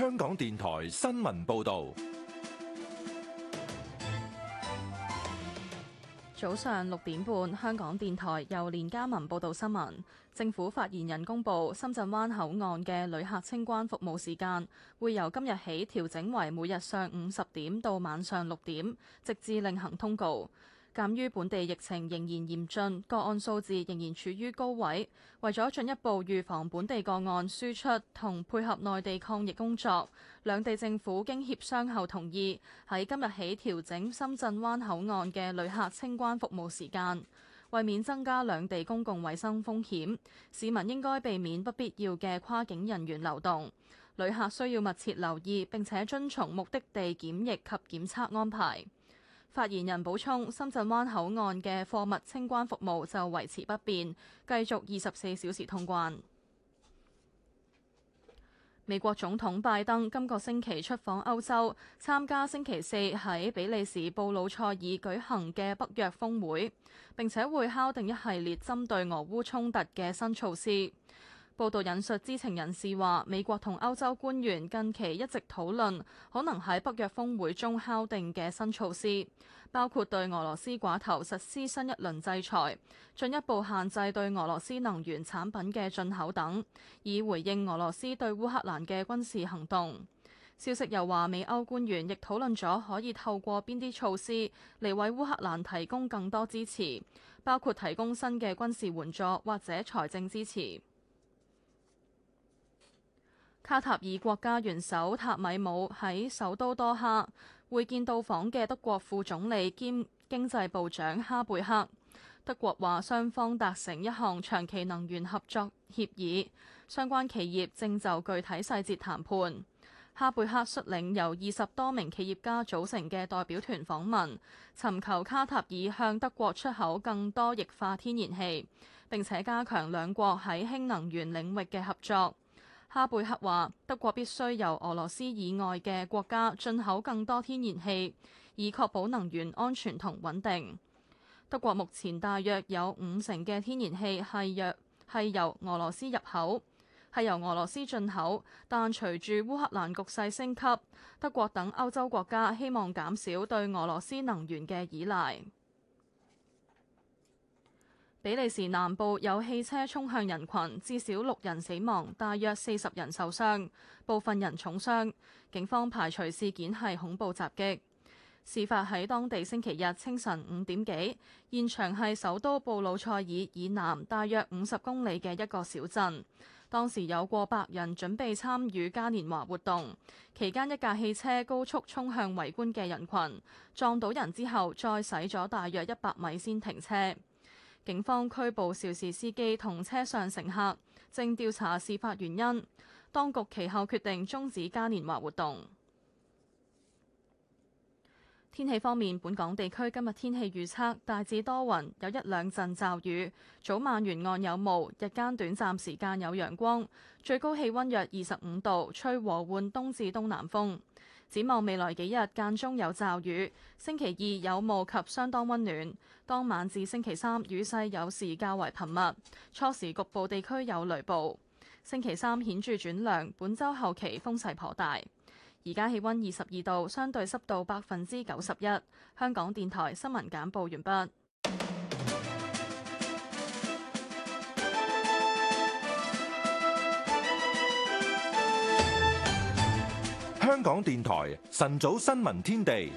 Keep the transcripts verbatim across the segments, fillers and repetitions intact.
香港電台新聞報導。 早上六點半，香港電台由連家文報道新聞。政府發言人公布，深圳灣口岸嘅旅客清關服務時間會由今日起調整為每日上午十點到晚上六點，直至另行通告。鑑於本地疫情仍然嚴峻，個案數字仍然處於高位，為咗進一步預防本地個案輸出同配合內地抗疫工作，兩地政府經協商後同意喺今日起調整深圳灣口岸嘅旅客清關服務時間。為免增加兩地公共衛生風險，市民應該避免不必要嘅跨境人員流動。旅客需要密切留意並且遵從目的地檢疫及檢測安排。發言人補充，深圳灣口岸嘅貨物清關服務就維持不變，繼續二十四小時通關。美國總統拜登今個星期出訪歐洲，參加星期四喺比利時布魯塞爾舉行嘅北約峰會，並且會敲定一系列針對俄烏衝突嘅新措施。報道引述知情人士話，美國同歐洲官員近期一直討論可能喺北約峰會中敲定嘅新措施，包括對俄羅斯寡頭實施新一輪制裁，進一步限制對俄羅斯能源產品嘅進口等，以回應俄羅斯對烏克蘭嘅軍事行動。消息又話，美歐官員亦討論咗可以透過邊啲措施嚟為烏克蘭提供更多支持，包括提供新嘅軍事援助或者財政支持。卡塔爾國家元首塔米姆喺首都多哈會見到訪嘅德國副總理兼經濟部長哈貝克。德國話雙方達成一項長期能源合作協議，相關企業正就具體細節談判。哈貝克率領由二十多名企業家組成嘅代表團訪問，尋求卡塔爾向德國出口更多液化天然氣，並且加強兩國喺氫能源領域嘅合作。哈貝克話：德國必須由俄羅斯以外嘅國家進口更多天然氣，以確保能源安全同穩定。德國目前大約有五成嘅天然氣係若係由俄羅斯入口，係由俄羅斯進口，但隨住烏克蘭局勢升級，德國等歐洲國家希望減少對俄羅斯能源嘅依賴。比利時南部有汽車衝向人群，至少六人死亡，大約四十人受傷，部分人重傷。警方排除事件係恐怖襲擊。事發喺當地星期日清晨五點幾，現場係首都布魯塞爾以南大約五十公里嘅一個小鎮。當時有過百人準備參與嘉年華活動，期間一架汽車高速衝向圍觀嘅人群，撞到人之後再駛咗大約一百米先停車。警方拘捕肇事司機同車上乘客，正調查事發原因。當局其後決定終止嘉年華活動。天氣方面，本港地區今日天氣預測大致多雲，有一兩陣驟雨，早晚沿岸有霧，日間短暫時間有陽光，最高氣温約二十五度，吹和緩東至東南風。展望未來幾日間中有驟雨，星期二有霧及相當温暖，當晚至星期三雨勢有時較為頻密，初時局部地區有雷暴。星期三顯著轉涼，本週後期風勢頗大。而家氣温二十二度，相對濕度百分之九十一。香港電台新聞簡報完畢。 香港電台晨早新聞天地，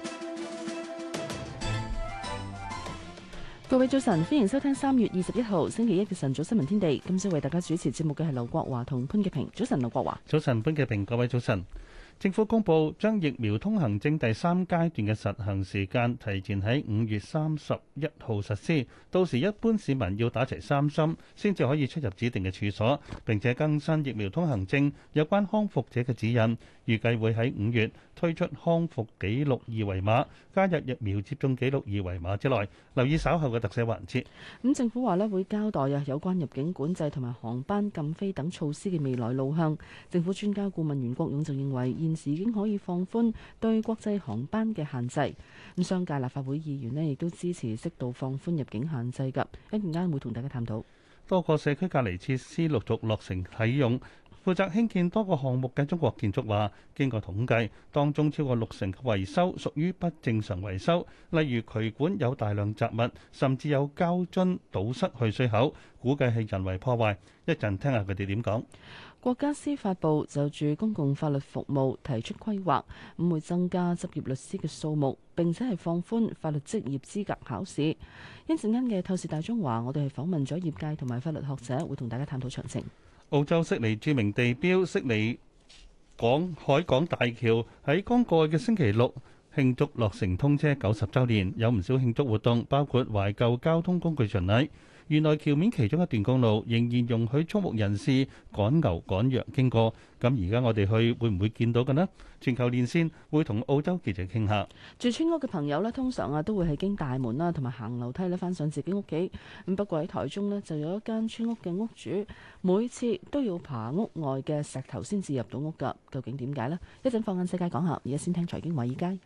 各位早晨，歡迎收聽三月二十一號星期一嘅晨早新聞天地。今朝為大家主持節目嘅係劉國華同潘潔平。早晨，劉國華。 早晨，潘潔平。各位早晨。政府公布將疫苗通行證第三階段嘅實行時間提前喺五月三十一號實施，到時一般市民要打齊三針先至可以出入指定嘅處所，並且更新疫苗通行證有關康復者嘅指引，預計會喺五月推出康復記錄二維碼，加入疫苗接種記錄二維碼之內。留意稍後嘅特寫環節。 咁政府話咧會交代啊有關入境管制同埋航班禁飛等措施嘅未來路向。政府專家顧問袁國勇就認為現時已經可以放寬對國際航班嘅限制。咁商界立法會議員咧亦都支持適度放寬入境限制㗎。一陣間會同大家探討。 多個社區隔離設施陸續落成啟用。 負責興建多個項目嘅中國建築話，經過統計，當中超過六成嘅維修屬於不正常維修，例如渠管有大量雜物，甚至有膠樽堵塞去水口，估計係人為破壞。一陣聽下佢哋點講。 國家司法部就住公共法律服務提出規劃，咁會增加執業律師嘅數目，並且係放寬法律職業資格考試。一陣間嘅透視大中華，我哋係訪問咗業界同埋法律學者，會同大家探討詳情。 澳洲悉尼著名地標悉尼港海港大橋喺剛過去嘅星期六慶祝落成通車九十週年，有唔少慶祝活動，包括懷舊交通工具巡禮。原來橋面其中一段公路仍然容許畜牧人士趕牛趕羊經過，咁而家我哋去會唔會見到嘅呢？全球連線會同澳洲記者傾下。 住村屋嘅朋友呢，通常啊都會係經大門啦，同埋行樓梯咧翻上自己屋企。咁不過喺台中呢，就有一間村屋嘅屋主，每次都要爬屋外嘅石頭先至入到屋㗎。究竟點解呢？一陣放眼世界講下，而家先聽財經華爾街。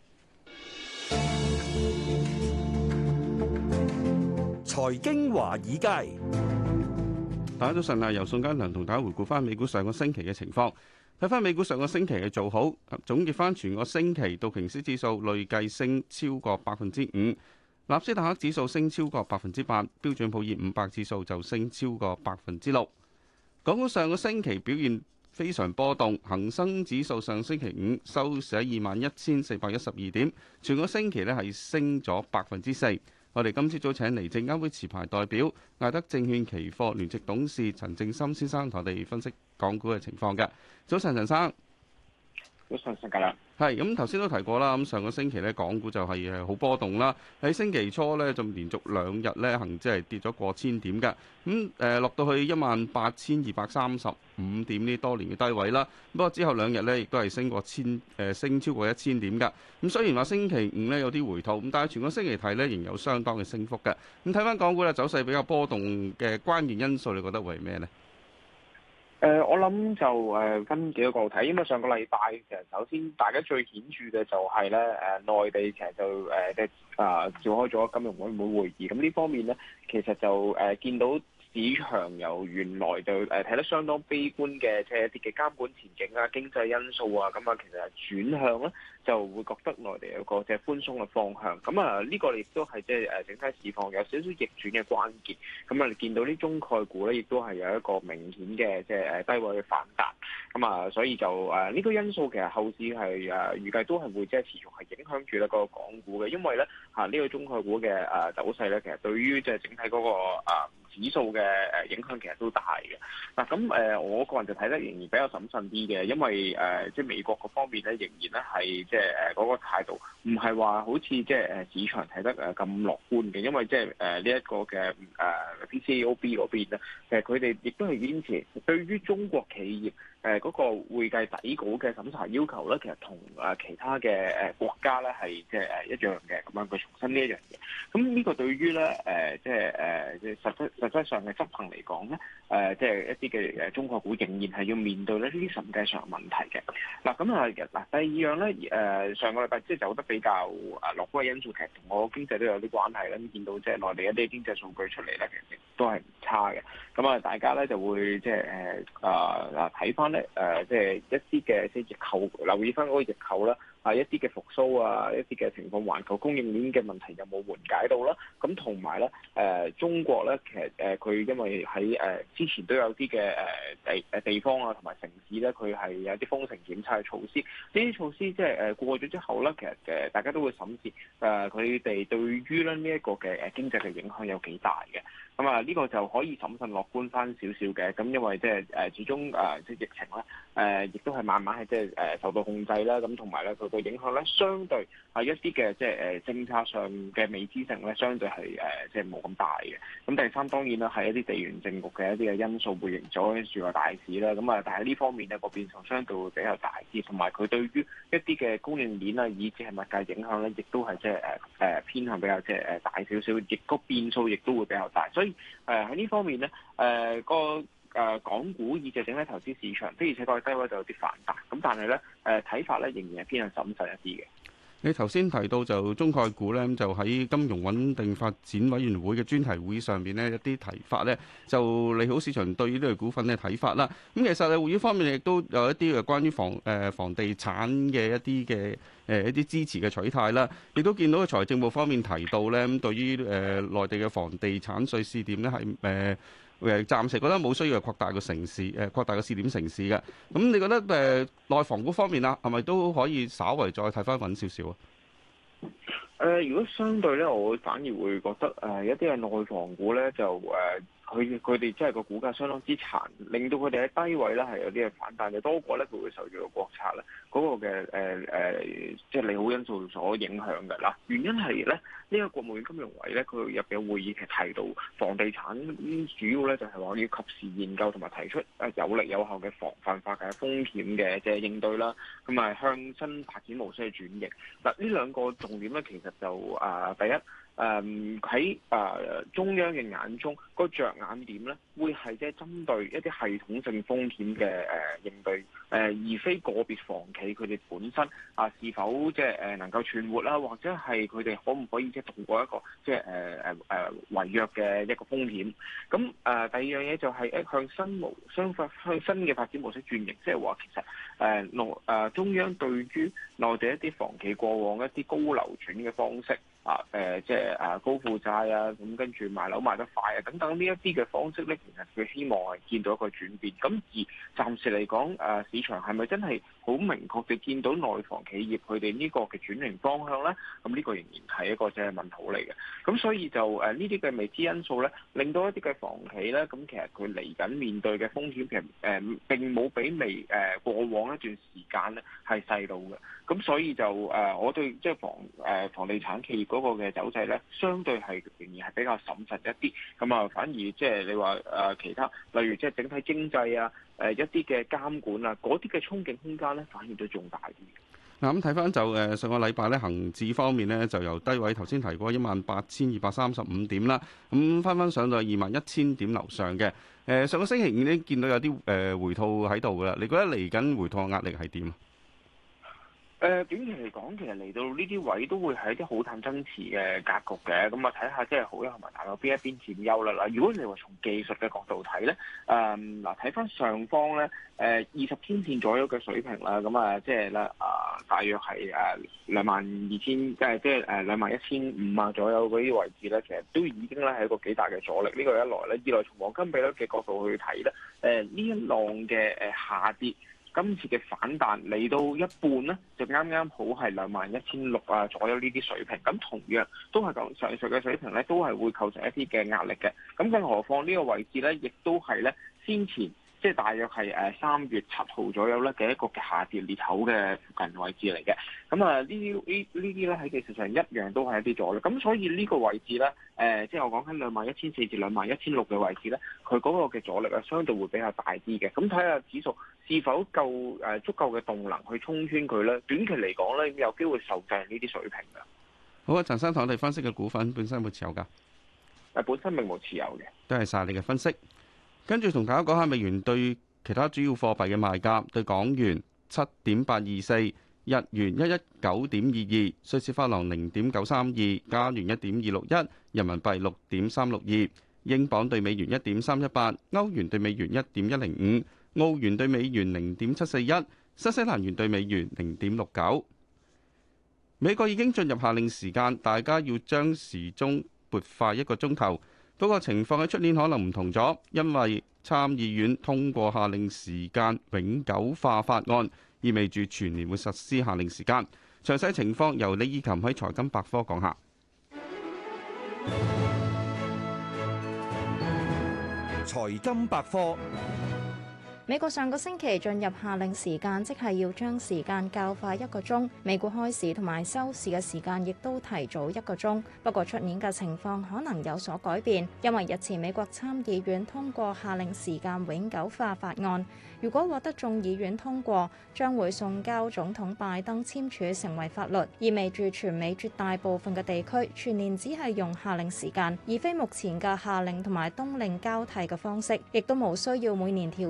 財經華爾街， 大家早晨啊！由宋嘉良同大家回顧翻美股上個星期嘅情況。睇翻美股上個星期嘅做好，總結翻全個星期道瓊斯指數累計升超過百分之五，納斯達克指數升超過百分之八，標準普爾五百指數就升超過百分之六。港股上個星期表現非常波動，恒生指數上星期五收市喺二萬一千四百一十二點，全個星期呢係升咗百分之四。我哋今朝早請嚟證監會持牌代表艾德證券期貨聯席董事陳正森先生同我哋分析港股嘅情況嘅。早晨，陳生。 早晨，陳家良。 係咁，頭先都提過啦。咁上個星期咧，港股就係誒好波動啦。喺星期初咧，就連續兩日咧，恒指係跌咗過千點嘅。咁誒落到去一萬八千二百三十五點呢多年嘅低位啦。不過之後兩日咧，亦都係升過千誒升超過一千點㗎。咁雖然話星期五咧有啲回吐，咁但係全個星期睇咧仍有相當嘅升幅嘅。咁睇翻港股咧走勢比較波動嘅關鍵因素，你覺得會係咩呢？ 誒、呃，我諗就誒、呃、分幾個角度睇，因為上個禮拜其實首先大家最顯著嘅就係咧誒內地其實就誒即係啊召開咗金融委員會會議，咁呢方面咧其實就誒、呃、見到市場由原來就誒睇得相當悲觀嘅，即係一啲嘅監管前景啊、經濟因素啊，咁啊其實係轉向咧，就會覺得內地有個即係寬鬆嘅方向。咁啊呢個亦都係即係誒整體市況有少少逆轉嘅關鍵。咁啊你見到啲中概股咧，亦都係有一個明顯嘅即係誒低位嘅反彈。咁啊所以就誒呢個因素其實後市係誒預計都係會即係持續係影響住咧個港股嘅，因為咧嚇呢個中概股嘅誒走勢咧，其實對於即係整體嗰個啊指數嘅誒影響其實都大嘅。嗱咁誒，我個人就睇得仍然比較審慎啲嘅，因為誒即係美國嗰方面咧，仍然咧係即係誒嗰個態度，唔係話好似即係誒市場睇得誒咁樂觀嘅，因為即係誒呢一個嘅誒 P C A O B 嗰邊咧，其實佢哋亦都係堅持對於中國企業誒嗰個會計底稿嘅審查要求咧，其實同誒其他嘅誒國家咧係即係誒一樣嘅，咁樣佢重申呢一樣嘢。咁呢個對於咧誒即係誒即係實質實質上嘅執行嚟講咧，誒即係一啲嘅誒中國股仍然係要面對咧呢啲審計上嘅問題嘅。嗱咁啊嗱第二樣咧誒上個禮拜即係走得比較誒樂觀嘅因素，其實同我經濟都有啲關係啦。咁見到即係內地一啲經濟數據出嚟咧，其實都係唔差嘅。咁啊大家咧就會即係誒啊嗱睇翻咧誒即係一啲嘅即係疫後留意翻嗰個疫後啦。啊一啲嘅復甦啊，一啲嘅情況，環球供應鏈嘅問題有冇緩解到啦？咁同埋咧，誒、呃、中國咧，其實誒佢、呃、因為喺誒、呃、之前都有啲嘅誒地誒地方啊，同埋城市咧，佢係有啲封城檢測嘅措施。呢啲措施即係誒過咗之後咧，其實誒大家都會審視誒佢哋對於咧呢一個嘅誒經濟嘅影響有幾大嘅。咁啊，呢個就可以審慎樂觀翻少少嘅。咁因為即係誒，始終誒即係疫情咧，誒亦都係慢慢係即係誒受到控制啦。咁同埋咧，佢個影響咧，相對係一啲嘅即係誒政策上嘅未知性咧，相對係誒即係冇咁大嘅。咁第三當然啦，係一啲地緣政局嘅一啲嘅因素會營咗住個大市啦。咁啊，但係呢方面咧個變數相對會比較大啲，同埋佢對於一啲嘅供應鏈啊，以至係物價影響咧，亦都係即係誒誒偏向比較即係誒大少少，亦個變數亦都會比較大。所以誒喺呢方面咧，誒、呃、個誒、呃、港股以至整體投資市場，的而且確低位就有啲反彈。咁但係咧，誒、呃、睇法咧仍然係偏向審慎一啲嘅。 你頭先提到就中概股咧，就喺金融穩定發展委員會嘅專題會議上邊呢，一啲提法咧，就利好市場對於呢類股份嘅睇法啦。咁其實喺會議方面亦都有一啲嘅關於房誒、呃、房地產嘅一啲嘅誒一啲支持嘅取態啦。亦都見到嘅財政部方面提到咧，咁對於誒、呃、內地嘅房地產稅試點咧係誒。誒暫時覺得冇需要擴大個城市，誒擴大個試點城市嘅。咁你覺得誒、呃、內房股方面啊，係咪都可以稍為再睇翻穩少少啊？ 誒、呃，如果相對咧，我反而會覺得誒、呃、一啲嘅內房股咧就誒。呃佢佢哋真係個股價相當之殘，令到佢哋喺低位咧係有啲嘅反彈嘅，多過咧佢會受住個國策咧嗰個嘅誒誒，即係利好因素所影響嘅啦。原因係咧呢、呢個國務院金融委咧佢入邊會議其實提到房地產主要咧就係話要及時研究同埋提出誒有力有效嘅防範化嘅風險嘅即係應對啦，咁啊向新發展模式去轉型。嗱呢兩個重點咧其實就啊、呃、第一。誒喺誒中央嘅眼中，個着眼點咧，會係即係針對一啲系統性風險嘅誒、呃、應對，誒、呃、而非個別房企佢哋本身啊是否即係誒能夠存活啦，或者係佢哋可唔可以即係度過一個即係誒誒誒違約嘅一個風險。咁誒、呃、第二樣嘢就係誒向新模相發向新嘅發展模式轉型，即係話其實誒內誒中央對於內地一啲房企過往一啲高流轉嘅方式。啊，誒、呃，即係啊，高負債啊，咁跟住賣樓賣得快啊，等等呢一啲嘅方式咧，其實佢希望係見到一個轉變。咁而暫時嚟講，誒、呃、市場係咪真係好明確地見到內房企業佢哋呢個嘅轉型方向咧？咁呢個仍然係一個即係問號嚟嘅。咁所以就誒呢啲嘅未知因素咧，令到一啲嘅房企咧，咁其實佢嚟緊面對嘅風險其實誒、呃、並冇比未誒、呃、過往一段時間咧係細到嘅。咁所以就誒、呃，我對即係房誒、呃、房地產企業嗰個嘅走勢咧，相對係仍然係比較審慎一啲。咁啊，反而即係你話誒、呃、其他，例如即係整體經濟啊，誒、呃、一啲嘅監管啊，嗰啲嘅憧憬空間咧，反而都仲大啲。 嗱咁睇翻就誒上個禮拜咧，恆指方面咧就由低位頭先提過一萬八千二百三十五點啦，咁翻翻上到二萬一千點樓上嘅。誒、呃、上個星期已經見到有啲誒、呃、回吐喺度噶啦，你覺得嚟緊回吐嘅壓力係點啊？ 誒、呃、短期嚟講，其實嚟到呢啲位都會係一啲好淡爭持嘅格局嘅，咁啊睇下即係好優同埋大有邊一邊佔優啦。嗱，如果你話從技術嘅角度睇咧，誒嗱睇翻上方咧，誒二十天線左右嘅水平啦，咁啊即係咧啊，大約係誒兩萬二千，即係即係誒兩萬一千五啊左右嗰啲位置咧，其實都已經咧係一個幾大嘅阻力。呢、這個一來咧，二來從黃金比率嘅角度去睇咧，誒、呃、呢一浪嘅誒下跌。今次嘅反彈嚟到一半咧，就啱啱好係兩萬一千六啊左右呢啲水平。咁同樣都係講上述嘅水平咧，都係會構成一啲嘅壓力嘅。咁更何況呢個位置咧，亦都係咧先前即係大約係誒三月七號左右咧嘅一個嘅下跌裂口嘅附近位置嚟嘅。咁啊呢啲呢呢啲咧喺技術上一樣都係一啲阻力。咁所以呢個位置咧，誒、呃、即係我講緊兩萬一千四至兩萬一千六嘅位置咧，佢嗰個嘅阻力啊，相對會比較大啲嘅。咁睇下指數是否夠誒、呃、足夠嘅動能去衝穿佢咧？短期嚟講咧，有機會受制呢啲水平嘅。 好啊，陳生同我哋分析嘅股份本身有冇持有㗎？ 誒、呃，本身並冇持有嘅。 多謝晒你嘅分析。跟住同大家講下美元對其他主要貨幣嘅賣價：對港元七點八二四，日元一一九點二二，瑞士法郎零點九三二，加元一點二六一，人民幣六點三六二，英鎊對美元一點三一八，歐元對美元一點一零五。澳元對美元零點七四一，新西蘭元對美元零點六九。美國已經進入夏令時間，大家要將時鐘撥快一個鐘頭。不過情況喺出年可能唔同咗，因為參議院通過夏令時間永久化法案，意味住全年會實施夏令時間。詳細情況由李以琴喺財金百科講下。 財金百科。 美國上個星期進入夏令時間，即係要將時間較快一個鐘。美股開市同埋收市嘅時間亦都提早一個鐘。不過出年嘅情況可能有所改變，因為日前美國參議院通過夏令時間永久化法案。如果獲得眾議院通過，將會送交總統拜登簽署成為法律，意味住全美絕大部分嘅地區全年只係用夏令時間，而非目前嘅夏令同埋冬令交替嘅方式，亦都冇需要每年調整時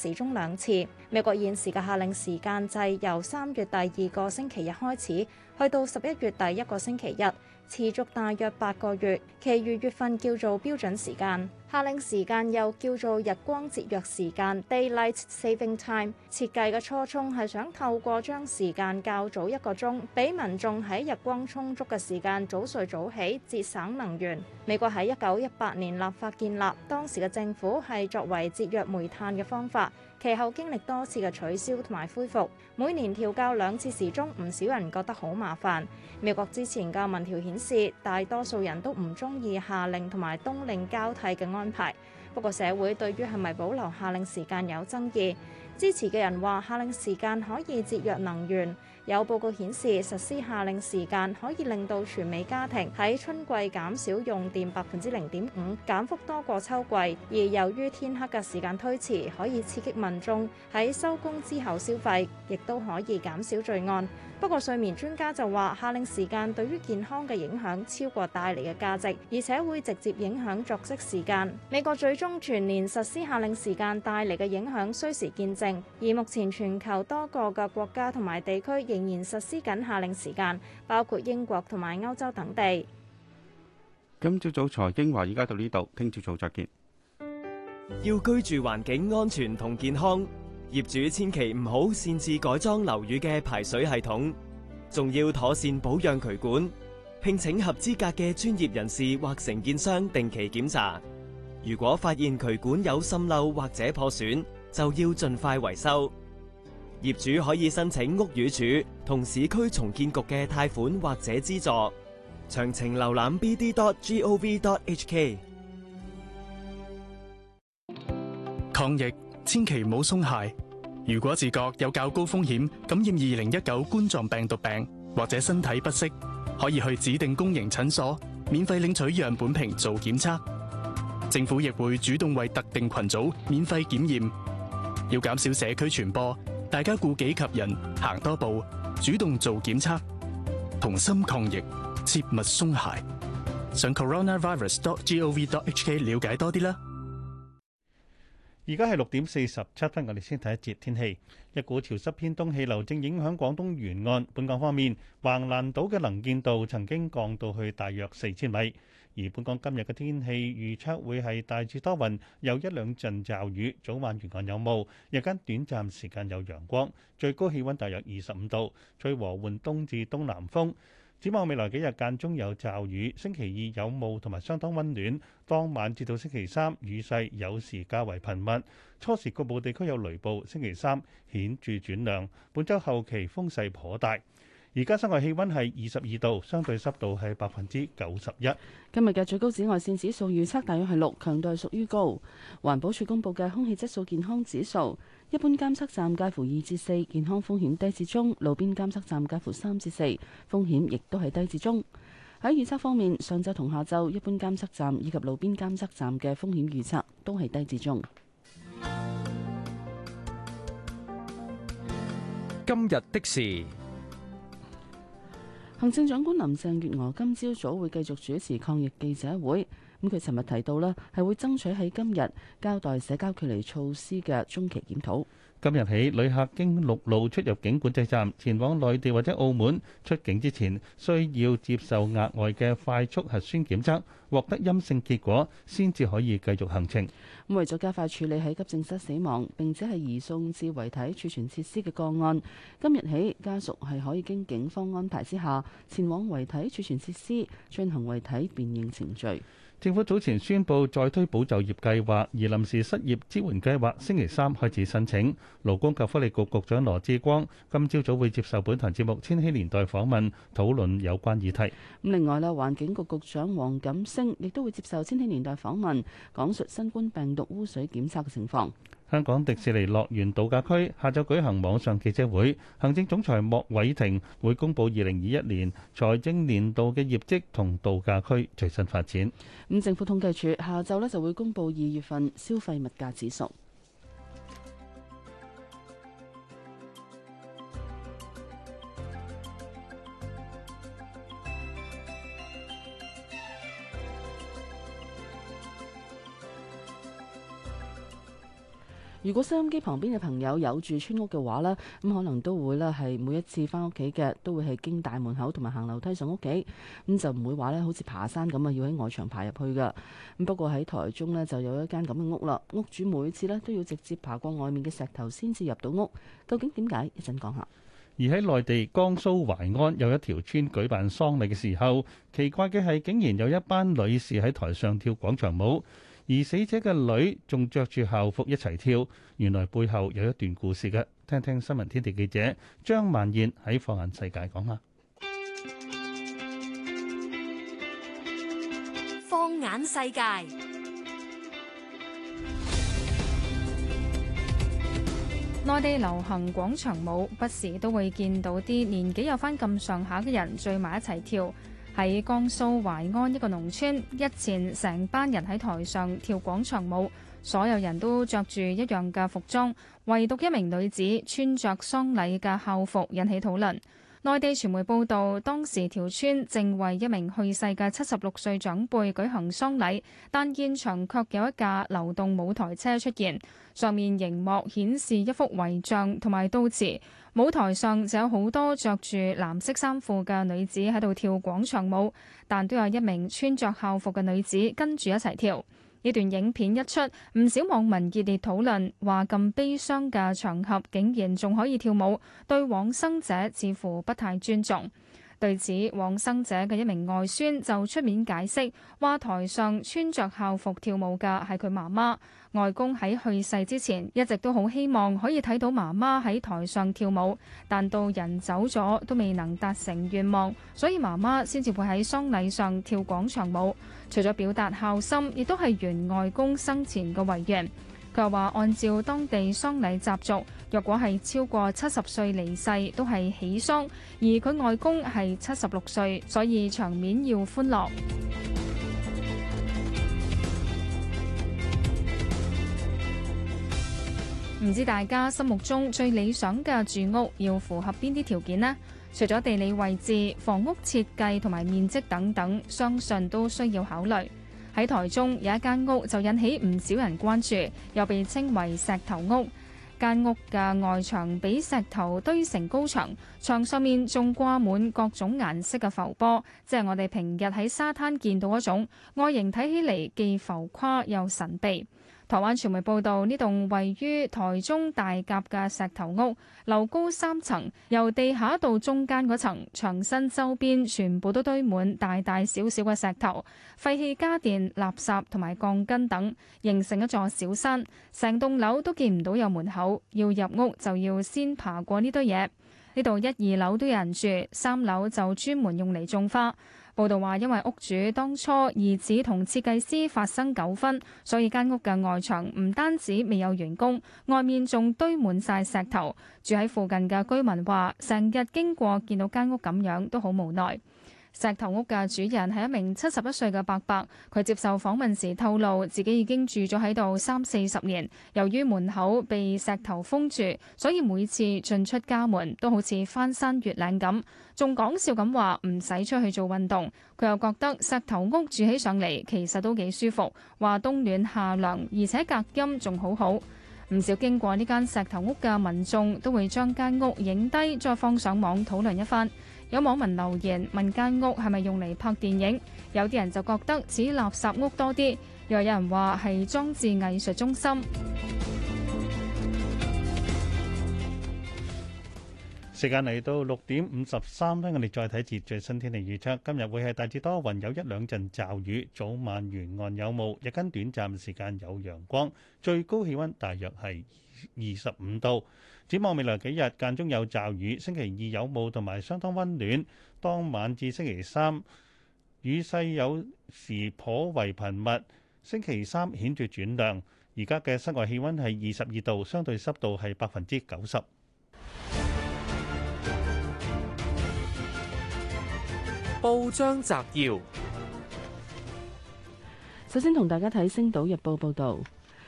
時鐘兩次。美國現時嘅夏令時間制由三月第二個星期日開始，去到十一月第一個星期日，持續大約八個月，其餘月份叫做標準時間。夏令時間又叫做日光節約時間 （Daylight Saving Time）。設計嘅初衷係想透過將時間較早一個鐘，俾民眾喺日光充足嘅時間早睡早起，節省能源。美國喺一九一八年立法建立，當時嘅政府係作為節約煤炭嘅方法。其後經歷多次嘅取消同埋恢復，每年調校兩次時鐘，唔少人覺得好麻煩。美國之前嘅民調顯示，大多數人都唔中意夏令同埋冬令交替嘅安排。不過社會對於係咪保留夏令時間有爭議，支持嘅人話夏令時間可以節約能源。有報告顯示，實施夏令時間可以令到全美家庭喺春季減少用電百分之零點五，減幅多過秋季。而由於天黑嘅時間推遲，可以刺激民眾喺收工之後消費，亦都可以減少罪案。不過睡眠專家就話，夏令時間對於健康嘅影響超過帶嚟嘅價值，而且會直接影響作息時間。美國最終全年實施夏令時間帶嚟嘅影響需時見證，而目前全球多個嘅國家同埋地區仍然實施緊夏令時間，包括英國同埋歐洲等地。 今朝早財經話，而家到呢度，聽朝早再見。 要居住環境安全同健康，業主千祈唔好擅自改裝樓宇嘅排水系統，仲要妥善保養渠管，聘請合資格嘅專業人士或承建商定期檢查。如果發現渠管有滲漏或者破損，就要盡快維修。業主可以申請屋宇署同市區重建局嘅貸款或者資助。詳情瀏覽 b d dot gov dot h k。 抗疫千祈唔好鬆懈。如果自覺有較高風險感染二零一九冠狀病毒病，或者身體不適，可以去指定公營診所免費領取樣本瓶做檢測。政府亦會主動為特定群組免費檢驗。要減少社區傳播，大家顧己及人，行多步，主動做檢測，同心抗疫，切勿鬆懈。上 coronavirus dot gov dot h k 了解多啲啦。 而家係六點四十七分，我哋先睇一節天氣。一股潮濕偏東氣流正影響廣東沿岸。本港方面，橫瀾島嘅能見度曾經降到去大約四千米。而本港今日嘅天氣預測會係大致多雲，有一兩陣驟雨，早晚沿岸有霧，日間短暫時間有陽光，最高氣温大約二十五度，吹和緩東至東南風。展望未來幾日間中有驟雨，星期二有霧同埋相當温暖，當晚至到星期三雨勢有時較為頻密，初時局部地區有雷暴，星期三顯著轉涼，本週後期風勢頗大。而家室外氣温係二十二度，相對濕度係百分之九十一。 今日嘅最高紫外線指數預測大約係六，強度係屬於高。環保署公布嘅空氣質素健康指數，一般監測站介乎二至四，健康風險低至中；路邊監測站介乎三至四，風險亦都係低至中。喺預測方面，上晝同下晝一般監測站以及路邊監測站嘅風險預測都係低至中。 今日的事。 行政長官林鄭月娥今朝早會繼續主持抗疫記者會，咁佢尋日提到啦，係會爭取喺今日交代社交距離措施嘅中期檢討。 今日起，旅客經陸路出入境管制站前往內地或者澳門，出境之前需要接受額外嘅快速核酸檢測，獲得陰性結果先至可以繼續行程。 咁為咗加快處理喺急症室死亡並且係移送至遺體儲存設施嘅個案，今日起家屬係可以經警方安排之下前往遺體儲存設施進行遺體辨認程序。 政府早前宣布再推保就業計劃，而臨時失業支援計劃星期三開始申請。勞工及福利局局長羅致光今朝早會接受本台節目《千禧年代》訪問，討論有關議題。 咁另外咧，環境局局長黃錦星亦都會接受《千禧年代》訪問，講述新冠病毒污水檢測嘅情況。 香港迪士尼樂園度假區下晝舉行網上記者會，行政總裁莫偉霆會公布二零二一年財政年度嘅業績同度假區最新發展。 咁政府統計處下晝咧就會公布二月份消費物價指數。 如果收音機旁邊嘅朋友有住村屋嘅話呢，咁可能都會咧係每一次翻屋企嘅都會係經大門口同埋行樓梯上屋企，咁就唔會話咧好似爬山咁啊，要喺外牆爬入去噶。咁不過喺台中呢，就有一間咁嘅屋啦，屋主每次咧都要直接爬過外面嘅石頭先至入到屋，究竟點解？一陣講下。 而喺內地江蘇淮安有一條村舉辦喪禮嘅時候，奇怪嘅係竟然有一班女士喺台上跳廣場舞。而死者嘅女仲着住校服一齊跳，原來背後有一段故事嘅。聽聽新聞天地記者張萬燕喺放眼世界講下。 放眼世界，內地流行廣場舞，不時都會見到啲年紀有返咁上下嘅人聚埋一齊跳。喺江蘇淮安一個農村，日前成班人喺台上跳廣場舞，所有人都着住一樣嘅服裝，唯獨一名女子穿着喪禮嘅校服引起討論。內地傳媒報道，當時條村正為一名去世嘅七十六歲長輩舉行喪禮，但現場卻有一架流動舞台車出現，上面熒幕顯示一幅遺像同埋悼詞，舞台上就有好多着住藍色衫褲嘅女子喺度跳廣場舞，但都有一名穿着校服嘅女子跟住一齊跳。呢段影片一出，唔少網民熱烈討論，話咁悲傷嘅場合竟然仲可以跳舞，對往生者似乎不太尊重。對此，往生者嘅一名外孫就出面解釋，話台上穿着校服跳舞嘅係佢媽媽，外公喺去世之前一直都好希望可以睇到媽媽喺台上跳舞，但到人走咗都未能達成願望，所以媽媽先至會喺喪禮上跳廣場舞。除咗表達孝心，亦都係原外公生前嘅遺願。佢又話，按照當地喪禮習俗，若果係超過七十歲離世，都係喜喪，而佢外公係七十六歲，所以場面要歡樂。唔知大家心目中最理想嘅住屋要符合邊啲條件呢？除咗地理位置、房屋設計同埋面積等等，相信都需要考慮。喺台中有一間屋就引起唔少人關注，又被稱為石頭屋。間屋嘅外牆俾石頭堆成高牆，牆上面仲掛滿各種顏色嘅浮波，即係我哋平日喺沙灘見到嗰種，外形睇起嚟既浮誇又神秘。台灣傳媒報道，呢棟位於台中大甲嘅石頭屋，樓高三層，由地下到中間嗰層，牆身周邊全部都堆滿大大小小嘅石頭、廢棄家電、垃圾同埋鋼筋等，形成一座小山。成棟樓都見唔到有門口，要入屋就要先爬過呢堆嘢。呢度一二樓都有人住，三樓就專門用嚟種花。報道話，因為屋主當初兒子同設計師發生糾紛，所以間屋嘅外牆唔單止未有完工，外面仲堆滿晒石頭。住喺附近嘅居民話，成日經過見到間屋咁樣都好無奈。石頭屋嘅主人係一名七十一歲嘅伯伯，佢接受訪問時透露，自己已經住咗喺度三四十年。由於門口被石頭封住，所以每次進出家門都好似翻山越嶺咁。仲講笑咁話唔使出去做運動。佢又覺得石頭屋住起上嚟其實都幾舒服，話冬暖夏涼，而且隔音仲好好。唔少經過呢間石頭屋嘅民眾都會將間屋影低，再放上網討論一番。有網民留言問間屋係咪用嚟拍電影，有啲人就覺得似垃圾屋多啲，又有人話係裝置藝術中心。 時間嚟到六點五十三分，我哋再睇次最新天氣預測。今日會係大致多雲，有一兩陣驟雨，早晚沿岸有霧，日間短暫時間有陽光，最高氣溫大約係二十五度。展望未來幾日間中有驟雨，星期二有霧同埋相當溫暖，當晚至星期三雨勢有時頗為頻密，星期三顯著轉涼。而家嘅室外氣溫係二十二度，相對濕度係百分之九十。 報章摘要， 首先同大家睇《星島日報》報導。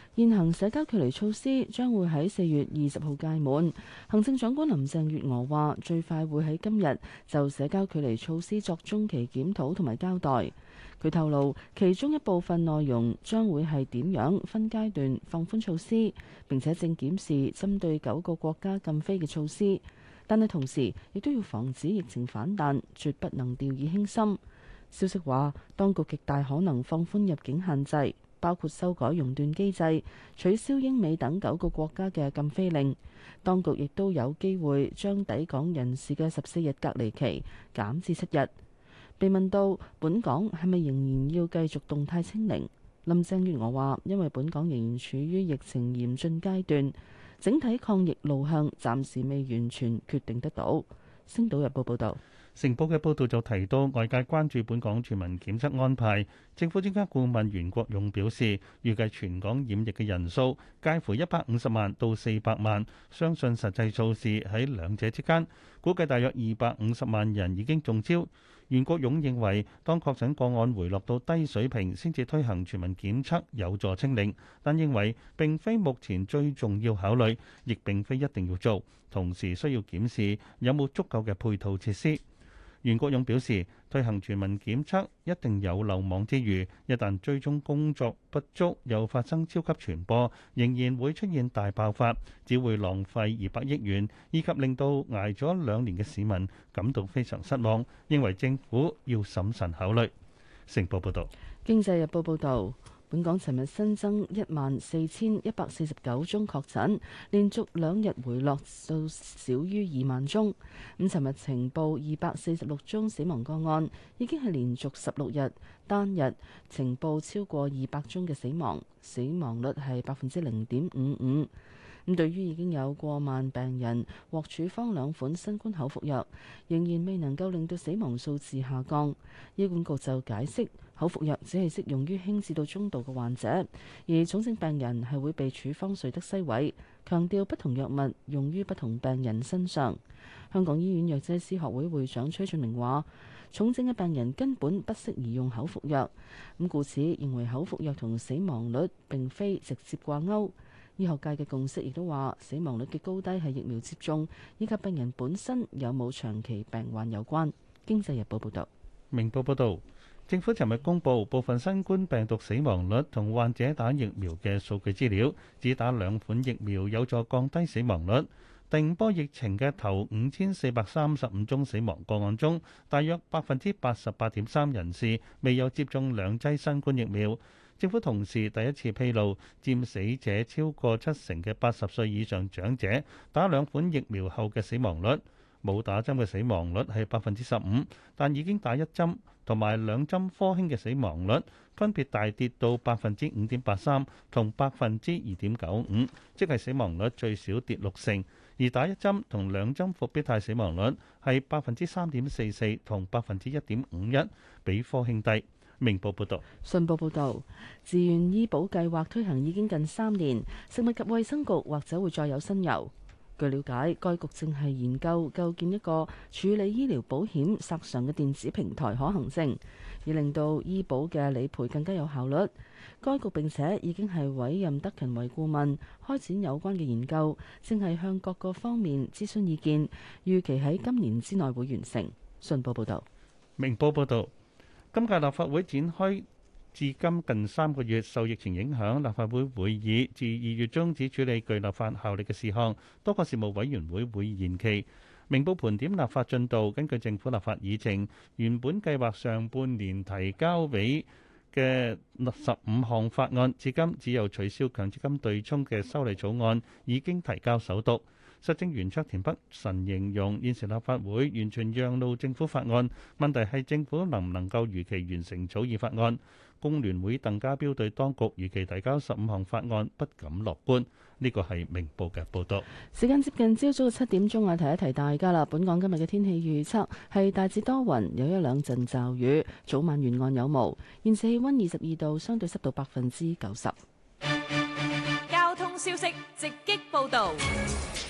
現行社交距離措施將會喺四月二十號屆滿。行政長官林鄭月娥話，最快會喺今日就社交距離措施作中期檢討同埋交代。佢透露，其中一部分內容將會係點樣分階段放寬措施，並且正檢視針對九個國家禁飛嘅措施。但係同時亦都要防止疫情反彈，絕不能掉以輕心。消息話，當局極大可能放寬入境限制，包括修改熔斷機制、取消英美等九個國家嘅禁飛令。當局亦都有機會將抵港人士嘅十四日隔離期減至七日。被問到本港係咪仍然要繼續動態清零，林鄭月娥話：因為本港仍然處於疫情嚴峻階段，整體抗疫路向暫時未完全決定得到。星島日報報導。 成報嘅報導就提到，外界關注本港全民檢測安排。政府專家顧問袁國勇表示，預計全港染疫嘅人數介乎一百五十萬到四百萬，相信實際數字喺兩者之間，估計大約二百五十萬人已經中招。袁國勇認為，當確診個案回落到低水平，先至推行全民檢測有助清零，但認為並非目前最重要考慮，亦並非一定要做，同時需要檢視有冇足夠嘅配套設施。袁國勇表示，推行全民檢測一定有漏網之魚，一旦追蹤工作不足，又發生超級傳播，仍然會出現大爆發，只會浪費二百億元，以及令到捱咗兩年嘅市民感到非常失望，認為政府要審慎考慮。成報報導。 經濟日報報導。本港尋日新增一萬四千一百四十九宗確診，連續兩日回落到少於二萬宗。咁尋日呈報二百四十六宗死亡個案，已經係連續十六日單日呈報超過二百宗嘅死亡，死亡率係百分之零點五五。咁對於已經有過萬病人獲處方兩款新冠口服藥，仍然未能夠令到死亡數字下降，醫管局就解釋，口服藥只係適用於輕至到中度嘅患者，而重症病人係會被處方瑞德西韋，強調不同藥物用於不同病人身上。香港醫院藥劑師學會會長崔俊明話，重症嘅病人根本不適宜用口服藥，咁故此認為口服藥同死亡率並非直接掛鈎。醫學界嘅共識亦都話，死亡率嘅高低係疫苗接種以及病人本身有冇長期病患有關。經濟日報報導。 明報報導，政府尋日公布部分新冠病毒死亡率同患者打疫苗嘅數據資料，只打兩款疫苗有助降低死亡率。第五波疫情嘅頭五千四百三十五宗死亡個案中，大約百分之八十八點三人士未有接種兩劑新冠疫苗。政府同時第一次披露，佔死者超過七成嘅八十歲以上長者打兩款疫苗後嘅死亡率，冇打針嘅死亡率係百分之十五，但已經打一針同埋兩針科興嘅死亡率分別大跌到百分之五點八三同百分之二點九五，即係死亡率最少跌六成。而打一針同兩針復必泰死亡率係百分之三點四四同百分之一點五一，比科興低。明報報導。 信報報導，自願醫保計劃推行已經近三年，食物及衛生局或者會再有新猷。據了解，該局正係研究構建一個處理醫療保險索償嘅電子平台可行性，以令到醫保嘅理賠更加有效率。該局並且已經係委任德勤為顧問，開展有關嘅研究，正係向各個方面諮詢意見，預期喺今年之內會完成。信報報導。 明報報導。今屆立法會展開至今近三個月，受疫情影響，立法會會議自二月中止處理具立法效力嘅事項，多個事務委員會會延期。明報盤點立法進度，根據政府立法議程，原本計劃上半年提交俾嘅十五項法案，至今只有取消強積金對沖嘅修例草案已經提交首讀。實政圓桌田北辰形容現時立法會完全讓路政府法案，問題係政府能唔能夠如期完成草擬法案。工聯會鄧家彪對當局如期提交十五項法案不敢樂觀。呢個係明報嘅報導。 時間接近朝早嘅七點鐘啊，提一提大家啦。本港今日嘅天氣預測係大致多雲，有一兩陣驟雨，早晚沿岸有霧。現時氣温二十二度，相對濕度百分之九十。 交通消息直擊報導。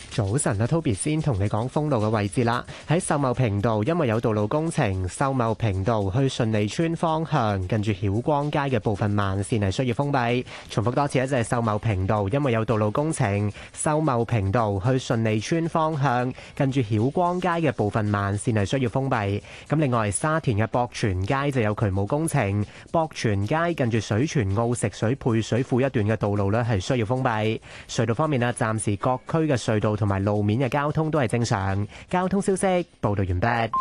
早晨啊，Toby 先同你講封路嘅位置啦。喺秀茂坪道，因為有道路工程，秀茂坪道去順利村方向，近住曉光街嘅部分慢線係需要封閉。重複多次，一就係秀茂坪道，因為有道路工程，秀茂坪道去順利村方向，近住曉光街嘅部分慢線係需要封閉。咁另外，沙田嘅博泉街就有渠務工程，博泉街近住水泉澳食水配水庫一段嘅道路呢係需要封閉。隧道方面啊，暫時各區嘅隧道同埋路面嘅交通都係正常。交通消息報道完畢。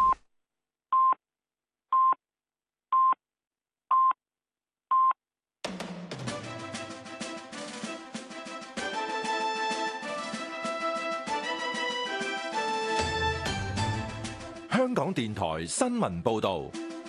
香港電台新聞報道。